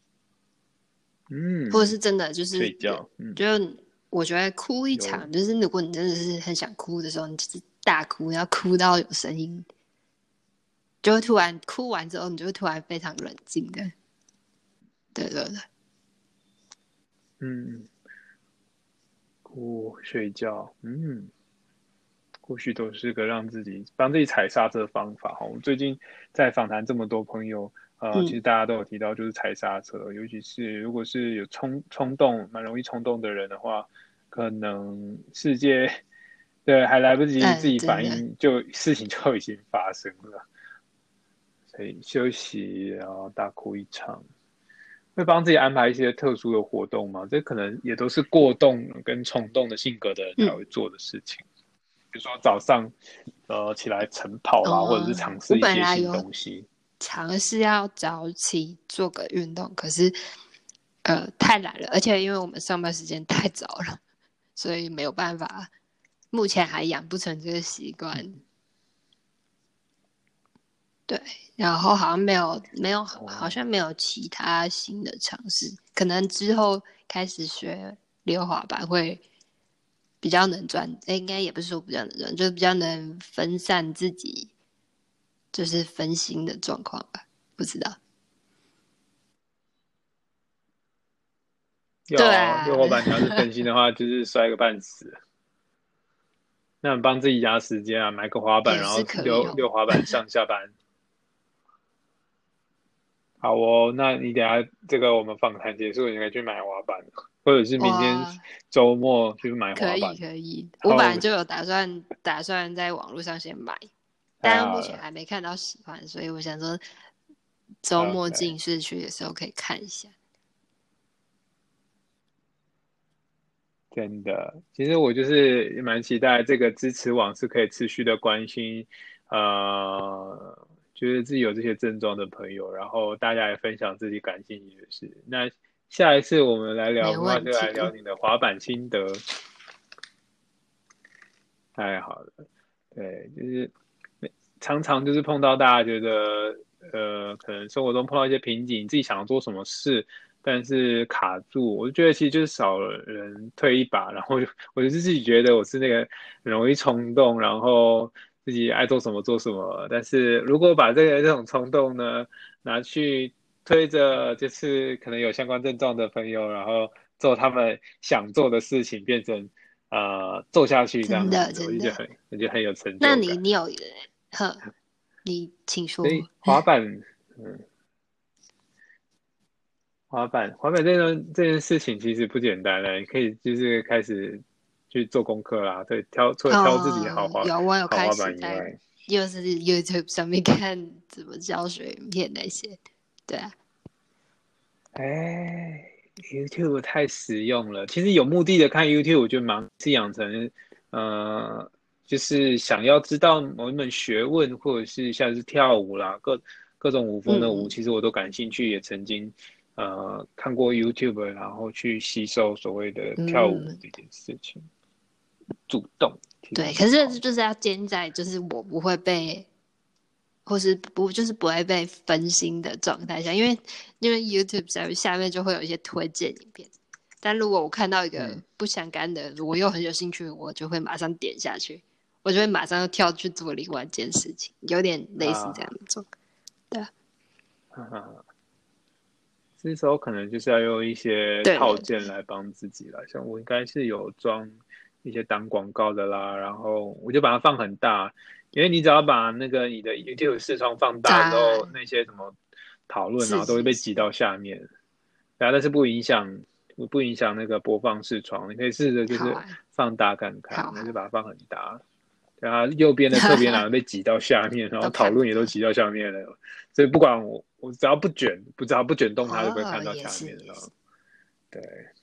S2: 或者
S1: 嗯，
S2: 是真的就是
S1: 睡觉。嗯，
S2: 就我觉得哭一
S1: 有。
S2: 场，就是如果你真的是很想哭的时候，你就是大哭，要哭到有声音，就会突然哭完之后，你就会突然非常冷静的。对对对，
S1: 嗯，哭睡觉。嗯。或许都是个让自己帮自己踩刹车的方法哈。我们最近在访谈这么多朋友，其
S2: 嗯，
S1: 实大家都有提到，就是踩刹车，尤其是如果是有冲动、蛮容易冲动的人的话，可能世界对还来不及自己
S2: 真的，
S1: 反应，就事情就已经发生了。所以休息，然后大哭一场，会帮自己安排一些特殊的活动吗？这可能也都是过动跟冲动的性格的人才
S2: 嗯，
S1: 会做的事情。比如说早上起来晨跑啦，或者是尝
S2: 我
S1: 试一些新
S2: 本来有
S1: 东西。
S2: 尝试要早起做个运动，可是太懒了，而且因为我们上班时间太早了，所以没有办法，目前还养不成这个习惯。对，然后好像没有，好
S1: 哦，
S2: 像没有其他新的尝试，可能之后开始学溜滑板会比较能专，应该也不是说比较能专，就是比较能分散自己，就是分心的状况吧，不知道。对啊，
S1: 要溜滑板，你要是分心的话，就是摔个半死。那你帮自己压时间啊，买个滑板，
S2: 也是
S1: 然后
S2: 可以哦。
S1: 溜溜滑板上下班。好哦，那你等一下这个我们访谈结束，你可以去买滑板，或者是明天
S2: 哇，
S1: 周末去买
S2: 可
S1: 滑板。
S2: 以可以，我本来
S1: 然后
S2: 就有打算在网络上先买，但目前
S1: 太好了
S2: 还没看到喜欢，所以我想说周末
S1: ，OK。
S2: 进市区的时候可以看一下。
S1: 真的，其实我就是也蛮期待这个支持网是可以持续的关心，就是自己有这些症状的朋友，然后大家也分享自己感兴趣的事。那下一次我们来聊
S2: 没
S1: 的话，就来聊
S2: 问题。
S1: 你的滑板心得。太好了，对，就是常常就是碰到大家觉得，可能生活中碰到一些瓶颈，自己想要做什么事，但是卡住，我就觉得其实就是少了人推一把，然后我就自己觉得我是那个很容易冲动，然后自己爱做什么做什么，但是如果把这种冲动呢拿去推着，就是可能有相关症状的朋友，然后做他们想做的事情，变成做下去这
S2: 真
S1: 样子，
S2: 的真的。
S1: 我觉得很有成
S2: 那
S1: 就感。
S2: 你有呵，你请
S1: 所以
S2: 说。
S1: 滑板，嗯，滑板这件事情其实不简单了，你可以就是开始去做功课啦，对，除了挑自己
S2: 有我有开
S1: 好滑
S2: 始在
S1: 板以外，
S2: 又是 YouTube 上面看怎么教学影片那些。对啊，
S1: 哎，YouTube 太实用了。其实有目的的看 YouTube，我觉得蛮是养成，呃，就是想要知道某一门学问，或者是像是跳舞啦，各种舞风的舞，
S2: 嗯
S1: 其实我都感兴趣，也曾经看过 YouTube，然后去吸收所谓的跳舞
S2: 嗯，
S1: 这件事情，主动其实
S2: 对。可
S1: 蛮好的。
S2: 是就是要兼在，就是我不会被，或是不会被分心的状态下，因为 YouTube 下面就会有一些推荐影片，但如果我看到一个
S1: 嗯
S2: 不相干的，我又很有兴趣，我就会马上点下去，我就会马上跳去做另外一件事情，有点类似这样
S1: 啊，
S2: 的状。对啊，
S1: 哈哈， 这时候可能就是要用一些
S2: 对
S1: 套
S2: 对对，
S1: 件来帮自己啦，像我应该是有装一些挡广告的啦，然后我就把它放很大，因为你只要把那个你的 YouTube 视窗放大之后，那些什么讨论啊都会
S2: 是是是，
S1: 被挤到下面，然后但是不影响那个播放视窗，你可以试着就是
S2: 好啊，
S1: 放大看看，
S2: 好好，
S1: 那就把它放很大。然后右边的侧边栏被挤到下面，然后
S2: 都
S1: 讨
S2: 看不到。
S1: 论也都挤到下面了，所以不管我只要不卷动它，就不会看
S2: 哦，
S1: 到
S2: 也
S1: 下面了。
S2: 是也是，
S1: 对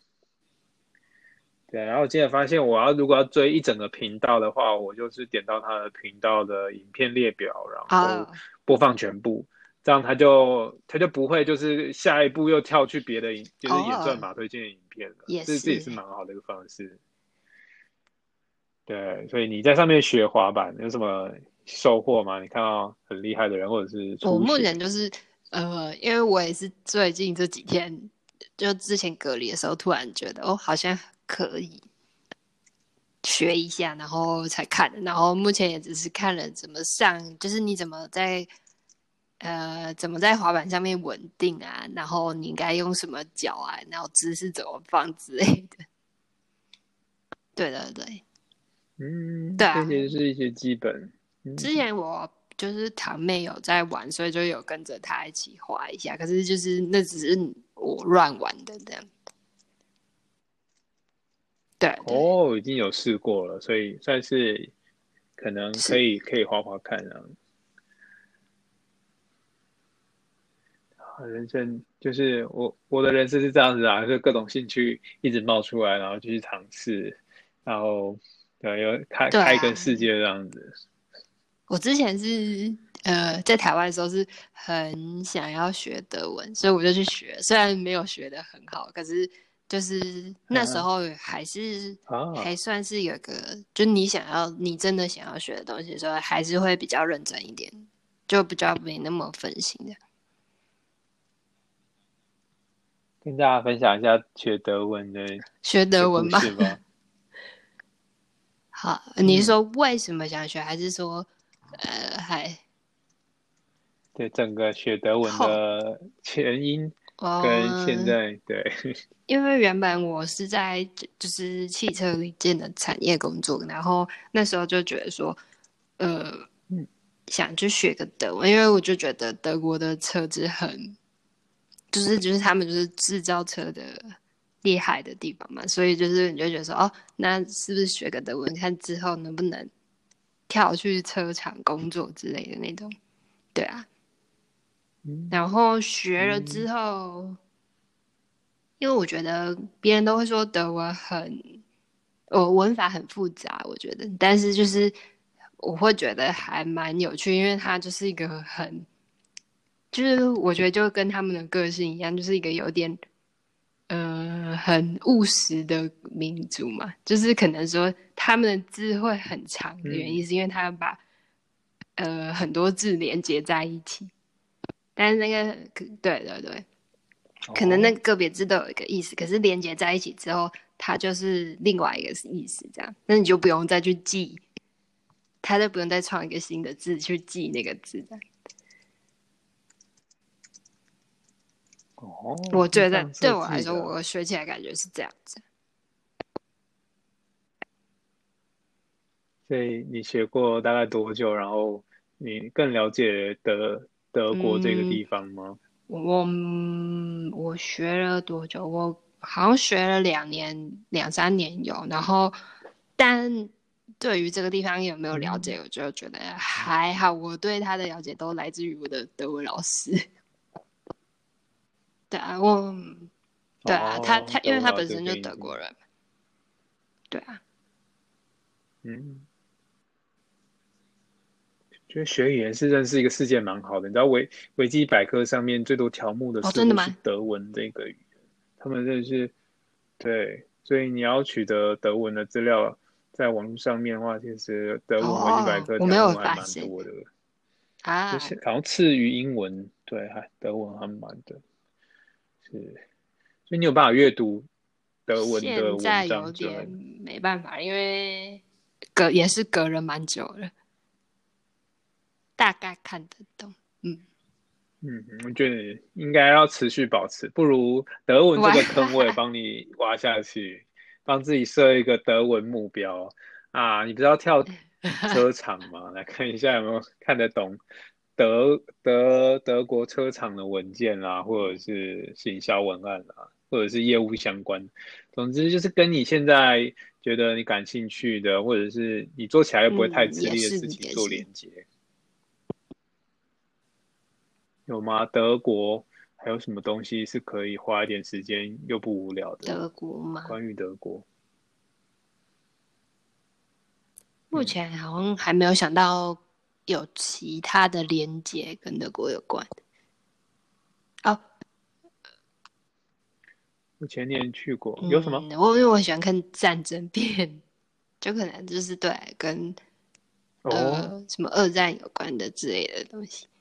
S1: 对，然后我今天发现，如果要追一整个频道的话，我就是点到它的频道的影片列表，然后
S2: 哦，
S1: 播放全部，这样它就不会就是下一步又跳去别的就是演算
S2: 哦，
S1: 法推荐的影片了。这也
S2: 也是，
S1: 是蛮好的一个方式。对，所以你在上面学滑板有什么收获吗？你看到很厉害的人或者是
S2: 我目前
S1: 初学？
S2: 就是因为我也是最近这几天，就之前隔离的时候，突然觉得哦，好像可以学一下，然后才看的。然后目前也只是看了怎么上，就是你怎么在滑板上面稳定啊，然后你应该用什么脚啊，然后姿势怎么放之类的。对对对对
S1: 这
S2: 啊，
S1: 些是一些基本。
S2: 之前我就是堂妹有在玩，所以就有跟着她一起滑一下。可是就是那只是我乱玩的这样。对对
S1: 哦，已经有试过了，所以算是可能可
S2: 是，
S1: 以可以滑滑看啊。人生就是我的人生是这样子啊，就各种兴趣一直冒出来，然后就去尝试，然后对，有开一个
S2: 对啊。
S1: 世界这样子。
S2: 我之前是在台湾的时候是很想要学德文，所以我就去学，虽然没有学的很好，可是就是那时
S1: 啊
S2: 候还
S1: 啊，
S2: 算是有个，就你真的想要学的东西的时候，还是会比较认真一点，就比较没那么分心的。
S1: 跟大家分享一下学德文的
S2: 学
S1: 一些故
S2: 德文嘛，
S1: 事吧。
S2: 好，你是
S1: 嗯，
S2: 说为什么想学，还是说还
S1: 对，整个学德文
S2: 后
S1: 的前因跟现
S2: 哦？
S1: 在，对，
S2: 因为原本我是在就是汽车零件的产业工作，然后那时候就觉得说，呃，
S1: 嗯
S2: 想去学个德文，因为我就觉得德国的车子很，就是他们就是制造车的厉害的地方嘛，所以就是你就觉得说，哦，那是不是学个德文，看之后能不能跳去车厂工作之类的那种，对啊，然
S1: 嗯
S2: 后学了之
S1: 嗯
S2: 后，因为我觉得别人都会说德文文法很复杂，我觉得，但是就是我会觉得还蛮有趣，因为它就是一个就是我觉得就跟他们的个性一样，就是一个有点很务实的民族嘛，就是可能说他们的字会很长的原
S1: 嗯，
S2: 因，是因为他把很多字连接在一起，但是那个对对对，可能那
S1: 哦
S2: 个个别字都有一个意思，可是连接在一起之后，它就是另外一个意思，这样，那你就不用再去记，它就不用再创一个新的字去记那个字的。
S1: 哦，
S2: 我觉得
S1: 是这样设
S2: 对我来说，
S1: 计的，
S2: 我学起来感觉是这样子。
S1: 所以你学过大概多久？然后你更了解德国这个
S2: 嗯，
S1: 地方吗？
S2: 我学了多久？我好像学了2年、2、3年有，然后但对于这个地方有没有了解，
S1: 嗯，
S2: 我就觉得还好。我对他的了解都来自于我的德文老师。对啊，对啊，他
S1: 哦，
S2: 因为他
S1: 德文老
S2: 本身就
S1: 师给你，
S2: 德国人，对啊，
S1: 嗯，觉得学语言是认识一个世界蛮好的。你知道维基百科上面最多条目的
S2: 哦，
S1: 似乎是
S2: 真的吗？
S1: 德文这个语言，他们真的是对，所以你要取得德文的资料，在网络上面的话，其实德文维基百
S2: 哦，
S1: 科
S2: 我没有
S1: 条目还
S2: 发现
S1: 蛮多的，就
S2: 啊，
S1: 是好像次于英文，对，还德文还蛮的，是，所以你有办法阅读德文的文
S2: 现在有点
S1: 章之类的。
S2: 没办法，因为也是隔了蛮久了，大概看得懂，嗯，
S1: 我觉得应该要持续保持，不如德文这
S2: 哇，
S1: 个坑我也帮你挖下去，帮自己设一个德文目标啊！你不是要跳车场吗？来看一下有没有看得懂德国车厂的文件啦，或者是行销文案啦，或者是业务相关。总之就是跟你现在觉得你感兴趣的，或者是你做起来又不会太吃
S2: 也是
S1: 力的事情
S2: 也是，
S1: 做连接。有吗？德国还有什么东西是可以花一点时间又不无聊的？
S2: 德国嘛，
S1: 关于德国，
S2: 目
S1: 嗯，
S2: 前好像还没有想到有其他的连接跟德国有关的。哦，
S1: 我前年去过，有什么？
S2: 因为我喜欢看战争片，就可能就是对跟
S1: 哦，
S2: 什么二战有关的之类的东西。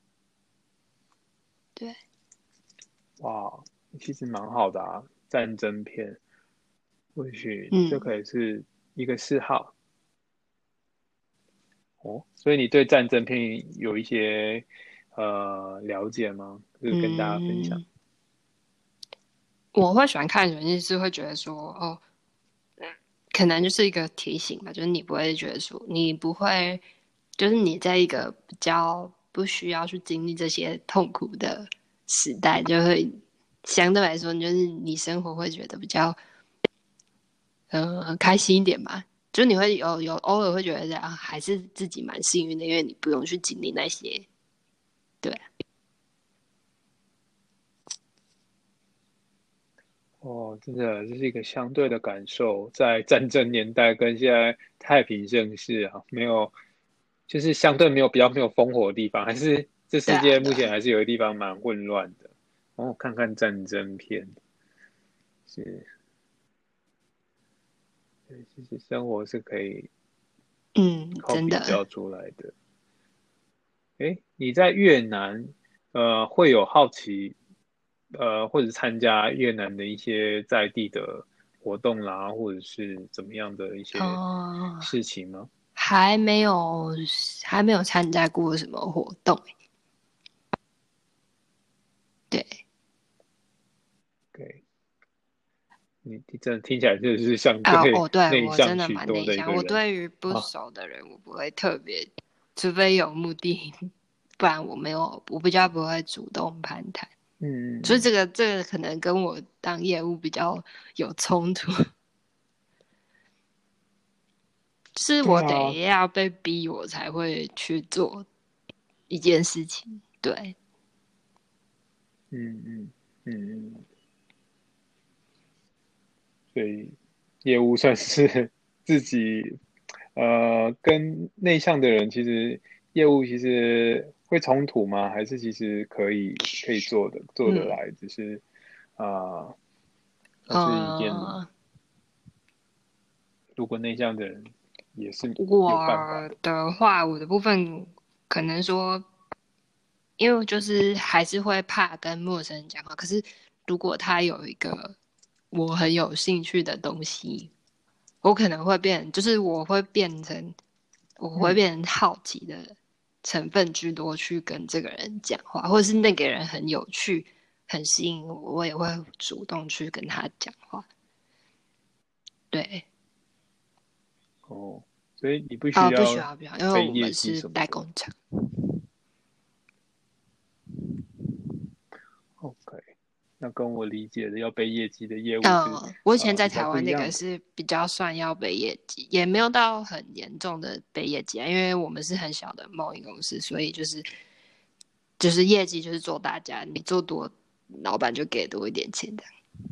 S2: 对，
S1: 哇，其实蛮好的啊，战争片，或许这
S2: 嗯
S1: 可以是一个嗜好哦。所以你对战争片有一些了解吗？可以跟大家分享。
S2: 嗯，我会喜欢看的原因是会觉得说，哦，可能就是一个提醒吧，就是你不会觉得说，你不会，就是你在一个比较不需要去经历这些痛苦的时代，就会相对来说，就是你生活会觉得比较开心一点吧。就你会有偶尔会觉得啊，还是自己蛮幸运的，因为你不用去经历那些。对，
S1: 哦，真的，这是一个相对的感受，在战争年代跟现在太平盛世啊，没有，就是相对比较没有烽火的地方，还是这
S2: 对啊，
S1: 世界目前
S2: 对啊。
S1: 还是有的地方蛮混乱的。哦，看看战争片，是，对，其实生活是可以靠
S2: 真的。
S1: 比较出来的。诶，你在越南，会有好奇，或者参加越南的一些在地的活动啦，或者是怎么样的一些
S2: 哦，
S1: 事情吗？
S2: 还没有还没有参加过什么活动欸。对，
S1: 对，你真的听起来就是相对
S2: 对
S1: 内向
S2: 我真的
S1: 许多
S2: 蛮内向，我
S1: 的一个人
S2: 对于不
S1: 啊。
S2: 熟的人，我不会特别，除非有目的，不然我没有，我比较不会主动攀谈。所以
S1: 嗯，
S2: 这个可能跟我当业务比较有冲突，是我
S1: 对啊，
S2: 得要被逼我才会去做一件事情。对，
S1: 嗯嗯嗯，所以业务算是自己跟内向的人，其实业务其实会冲突吗？还是其实可以做得
S2: 嗯，
S1: 来？只是啊、那是一件
S2: 呃，
S1: 如果内向的人也是有办法
S2: 我
S1: 的。
S2: 的话，我的部分可能说，因为就是还是会怕跟陌生人讲话。可是如果他有一个我很有兴趣的东西，我可能会变，就是我会
S1: 嗯，
S2: 变成好奇的成分居多，去跟这个人讲话，或者是那个人很有趣、很吸引我，我也会主动去跟他讲话。对，
S1: 哦，所以你不需
S2: 哦，不需
S1: 要
S2: 要不需要，因为我
S1: 背业绩
S2: 们是
S1: 什么的。
S2: 代工厂。
S1: OK，那跟我理解的要背业绩的业务是
S2: 我以前在
S1: 比较
S2: 台湾那个
S1: 不一样的。
S2: 是比较算要背业绩，也没有到很严重的背业绩啊，因为我们是很小的贸易公司，所以就是业绩就是做大家，你做多，老板就给多一点钱的。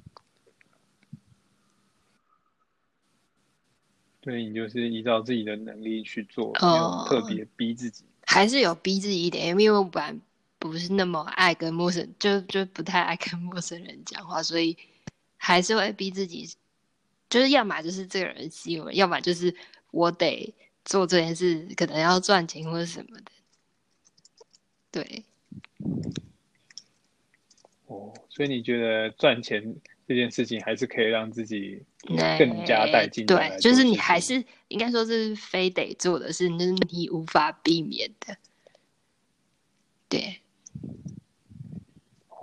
S1: 对，你就是依照自己的能力去做，没有特
S2: 呃，
S1: 别逼自己。
S2: 还是有逼自己一点，因为我本来不是那么爱跟陌生，就不太爱跟陌生人讲话，所以还是会逼自己，就是要么就是这个人吸引我，要么就是我得做这件事，可能要赚钱或者什么的。对，
S1: 哦，所以你觉得赚钱这件事情还是可以让自己更加带
S2: 那对，
S1: 劲的来
S2: 就是你
S1: 做事情？
S2: 还是应该说是非得做的事，就是你无法避免的。对，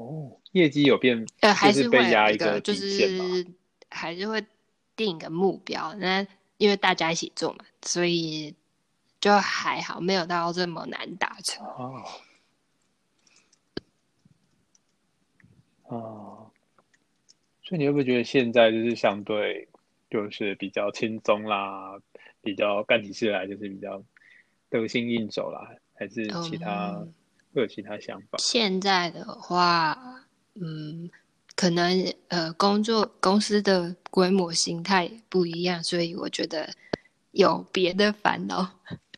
S1: 哦，业绩有变，就是
S2: 还是会
S1: 被压一
S2: 有一个，就
S1: 个底线嘛。
S2: 是还是会定一个目标。那因为大家一起做嘛，所以就还好，没有到这么难达成。
S1: 哦哦，所以你会不会觉得现在就是相对就是比较轻松啦，比较干起事来就是比较得心应手啦，还是其他
S2: 嗯，
S1: 会有其他想法？
S2: 现在的话，可能公司的规模形态也不一样，所以我觉得有别的烦恼，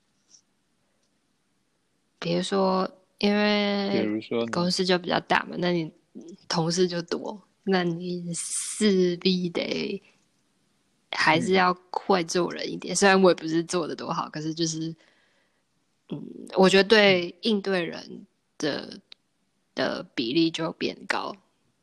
S2: 比如说，因
S1: 比
S2: 为
S1: 如说呢？
S2: 公司就比较大嘛，那你同事就多，那你势必得还是
S1: 嗯，
S2: 要会做人一点。虽然我也不是做的多好，可是就是我觉得应对人的比例就变高。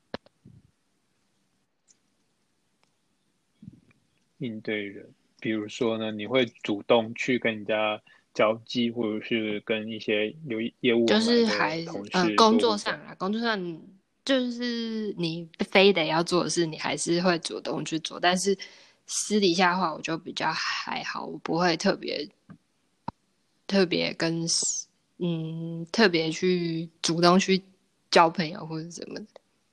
S1: 应对人，比如说呢，你会主动去跟人家交际，或者是跟一些有业务往来
S2: 就是
S1: 的同事
S2: 工
S1: 做互动。
S2: 作上啊，工作上就是你非得要做的事，你还是会主动去做。但是私底下的话，我就比较还好，我不会特别特别去主动去交朋友或者什么的。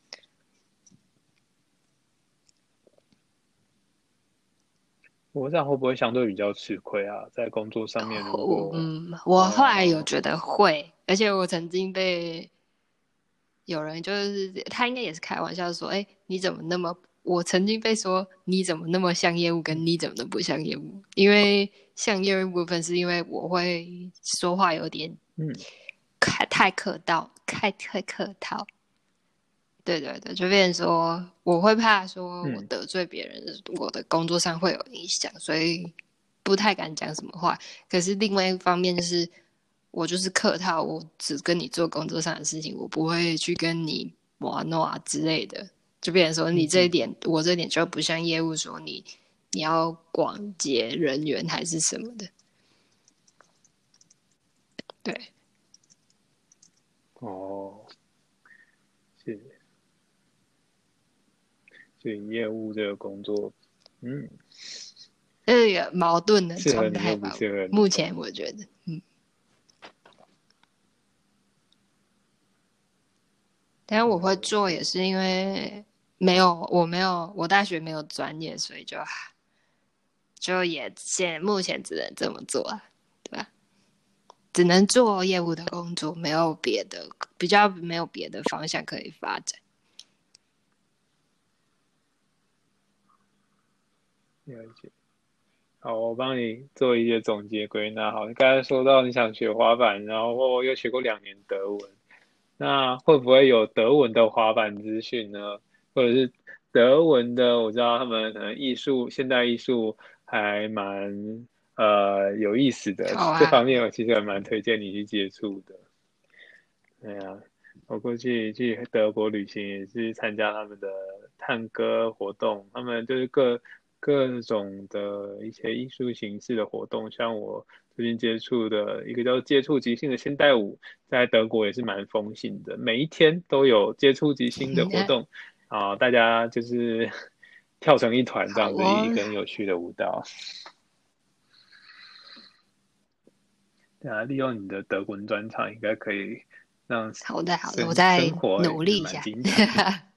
S1: 我这样会不会相对比较吃亏啊？在工作上面，如果
S2: 我后来有
S1: 呃
S2: 觉得会，而且我曾经被有人就是他应该也是开玩笑说，哎，你怎么那么？我曾经被说你怎么那么像业务，跟你怎么那么不像业务？因为像业务部分是因为我会说话有点
S1: 嗯
S2: 太客套，对对对，就变成说我会怕说我
S1: 嗯
S2: 得罪别人，我的工作上会有影响，所以不太敢讲什么话。可是另外一方面就是我就是客套，我只跟你做工作上的事情，我不会去跟你玩弄啊之类的。就变成说你
S1: 嗯嗯，
S2: 这一点，我这一点就不像业务说你要广结人缘还是什么的。对，
S1: 哦，是，所以业务这个工作，嗯，
S2: 这个矛盾的
S1: 适合你又不
S2: 状态吧。
S1: 适合你。
S2: 目前我觉得，但我会做也是因为没有我大学没有专业，所以也目前只能这么做啊，对吧？只能做业务的工作，没有别的，比较没有别的方向可以发展。
S1: 了解。好，我帮你做一些总结归纳。好，你刚才说到你想学滑板，然后又学过2年德文，那会不会有德文的滑板资讯呢？或者是德文的？我知道他们可能现代艺术还蛮有意思的，
S2: 好啊，
S1: 这方面我其实还蛮推荐你去接触的。对啊，我过去去德国旅行也是参加他们的探戈活动，他们就是各种的一些艺术形式的活动，像我最近接触的一个叫接触即兴的现代舞，在德国也是蛮风行的，每一天都有接触即兴的活动啊，大家就是跳成一团这样子一
S2: 好哦，
S1: 个很有趣的舞蹈。对啊，利用你的德文专长，应该可以让
S2: 好的好的，我
S1: 生
S2: 再
S1: 活也蛮
S2: 努力一下。
S1: 精彩。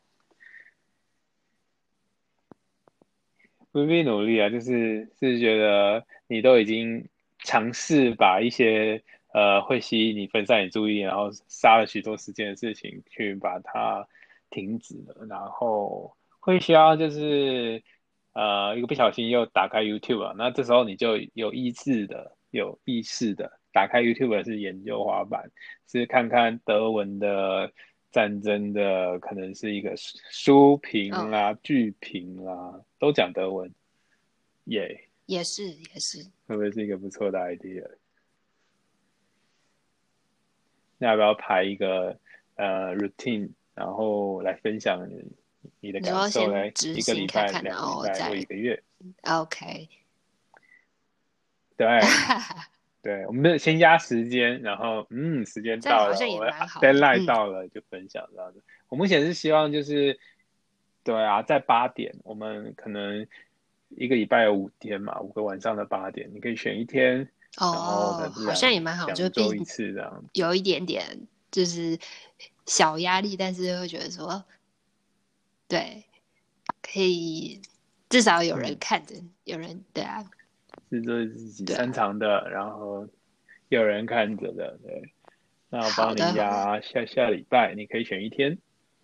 S1: 不必努力啊，就是觉得你都已经尝试把一些会吸引你分散你注意力，然后杀了许多时间的事情去把它停止了，然后会需要就是一个不小心又打开 YouTube 啊，那这时候你就有意识的打开 YouTube 是研究滑板，是看看德文的战争的，可能是一个书评
S2: 嗯，
S1: 啦、剧评啦，都讲德文，耶、
S2: 也是也是，
S1: 会不会是一个不错的 idea？那要不要排一个routine，然后来分享你的
S2: 你
S1: 感受？
S2: 说先
S1: 来
S2: 执
S1: 一个礼拜、
S2: 行看看，然
S1: 2个礼拜或一
S2: 后再
S1: 个月？
S2: OK。
S1: 对， 对，我们先压时间，然后时间
S2: 这样
S1: 到了，
S2: 好像也
S1: 我们
S2: 蛮好的。
S1: deadline 到了就分享这样子。我目前是希望就是对啊，在8点，我们可能一个礼拜有5天嘛，5个晚上的8点，你可以选一天，然后可
S2: 哦，
S1: 能是
S2: 好像也蛮好，就毕竟
S1: 两周一次这样。
S2: 有一点点就是小压力，但是会觉得说，对，可以至少有人
S1: 嗯，
S2: 看着，有人对啊，
S1: 是做自己
S2: 对啊，
S1: 擅长的，然后有人看着的，对。那我帮你
S2: 好的好的，
S1: 压下礼拜，你可以选一天。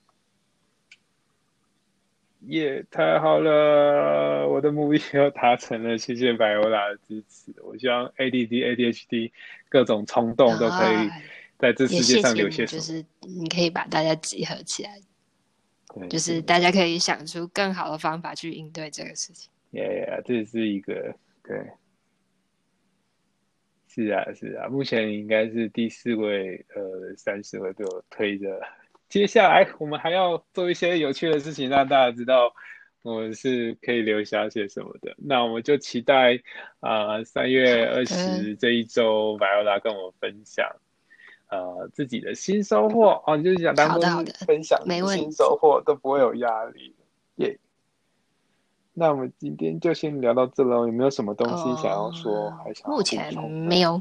S1: 耶，太好了！我的目标达成了，谢谢白欧拉的支持。我希望 ADD、ADHD 各种冲动都可以
S2: 啊，
S1: 在这世界上
S2: 也谢谢你，
S1: 留些什么。
S2: 就是你可以把大家集合起来，就
S1: 对，
S2: 是大家可以想出更好的方法去应对这个事情。
S1: 耶，这是一个对，是啊，是啊，目前应该是第4位，30位被我推着。接下来我们还要做一些有趣的事情，让大家知道我们是可以留下些什么的。那我们就期待3月
S2: 好的，
S1: 20这一周，Viola 跟我们分享自己的新收获哦，你就是想当做是
S2: 好的好的，
S1: 分享你
S2: 没
S1: 的新
S2: 问题。
S1: 收获，都不会有压力。耶、那我们今天就先聊到这喽，有没有什么东西想要说，还想要补
S2: 目前
S1: 充的
S2: 没有。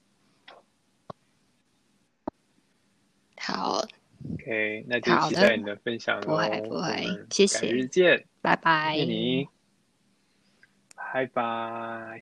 S2: 好
S1: ？OK，那就
S2: 好的，
S1: 期待你的分享
S2: 不会
S1: 喽。
S2: 不会，
S1: 我们改
S2: 谢谢，
S1: 日见，
S2: 拜
S1: 谢
S2: 拜。
S1: 谢你，拜拜。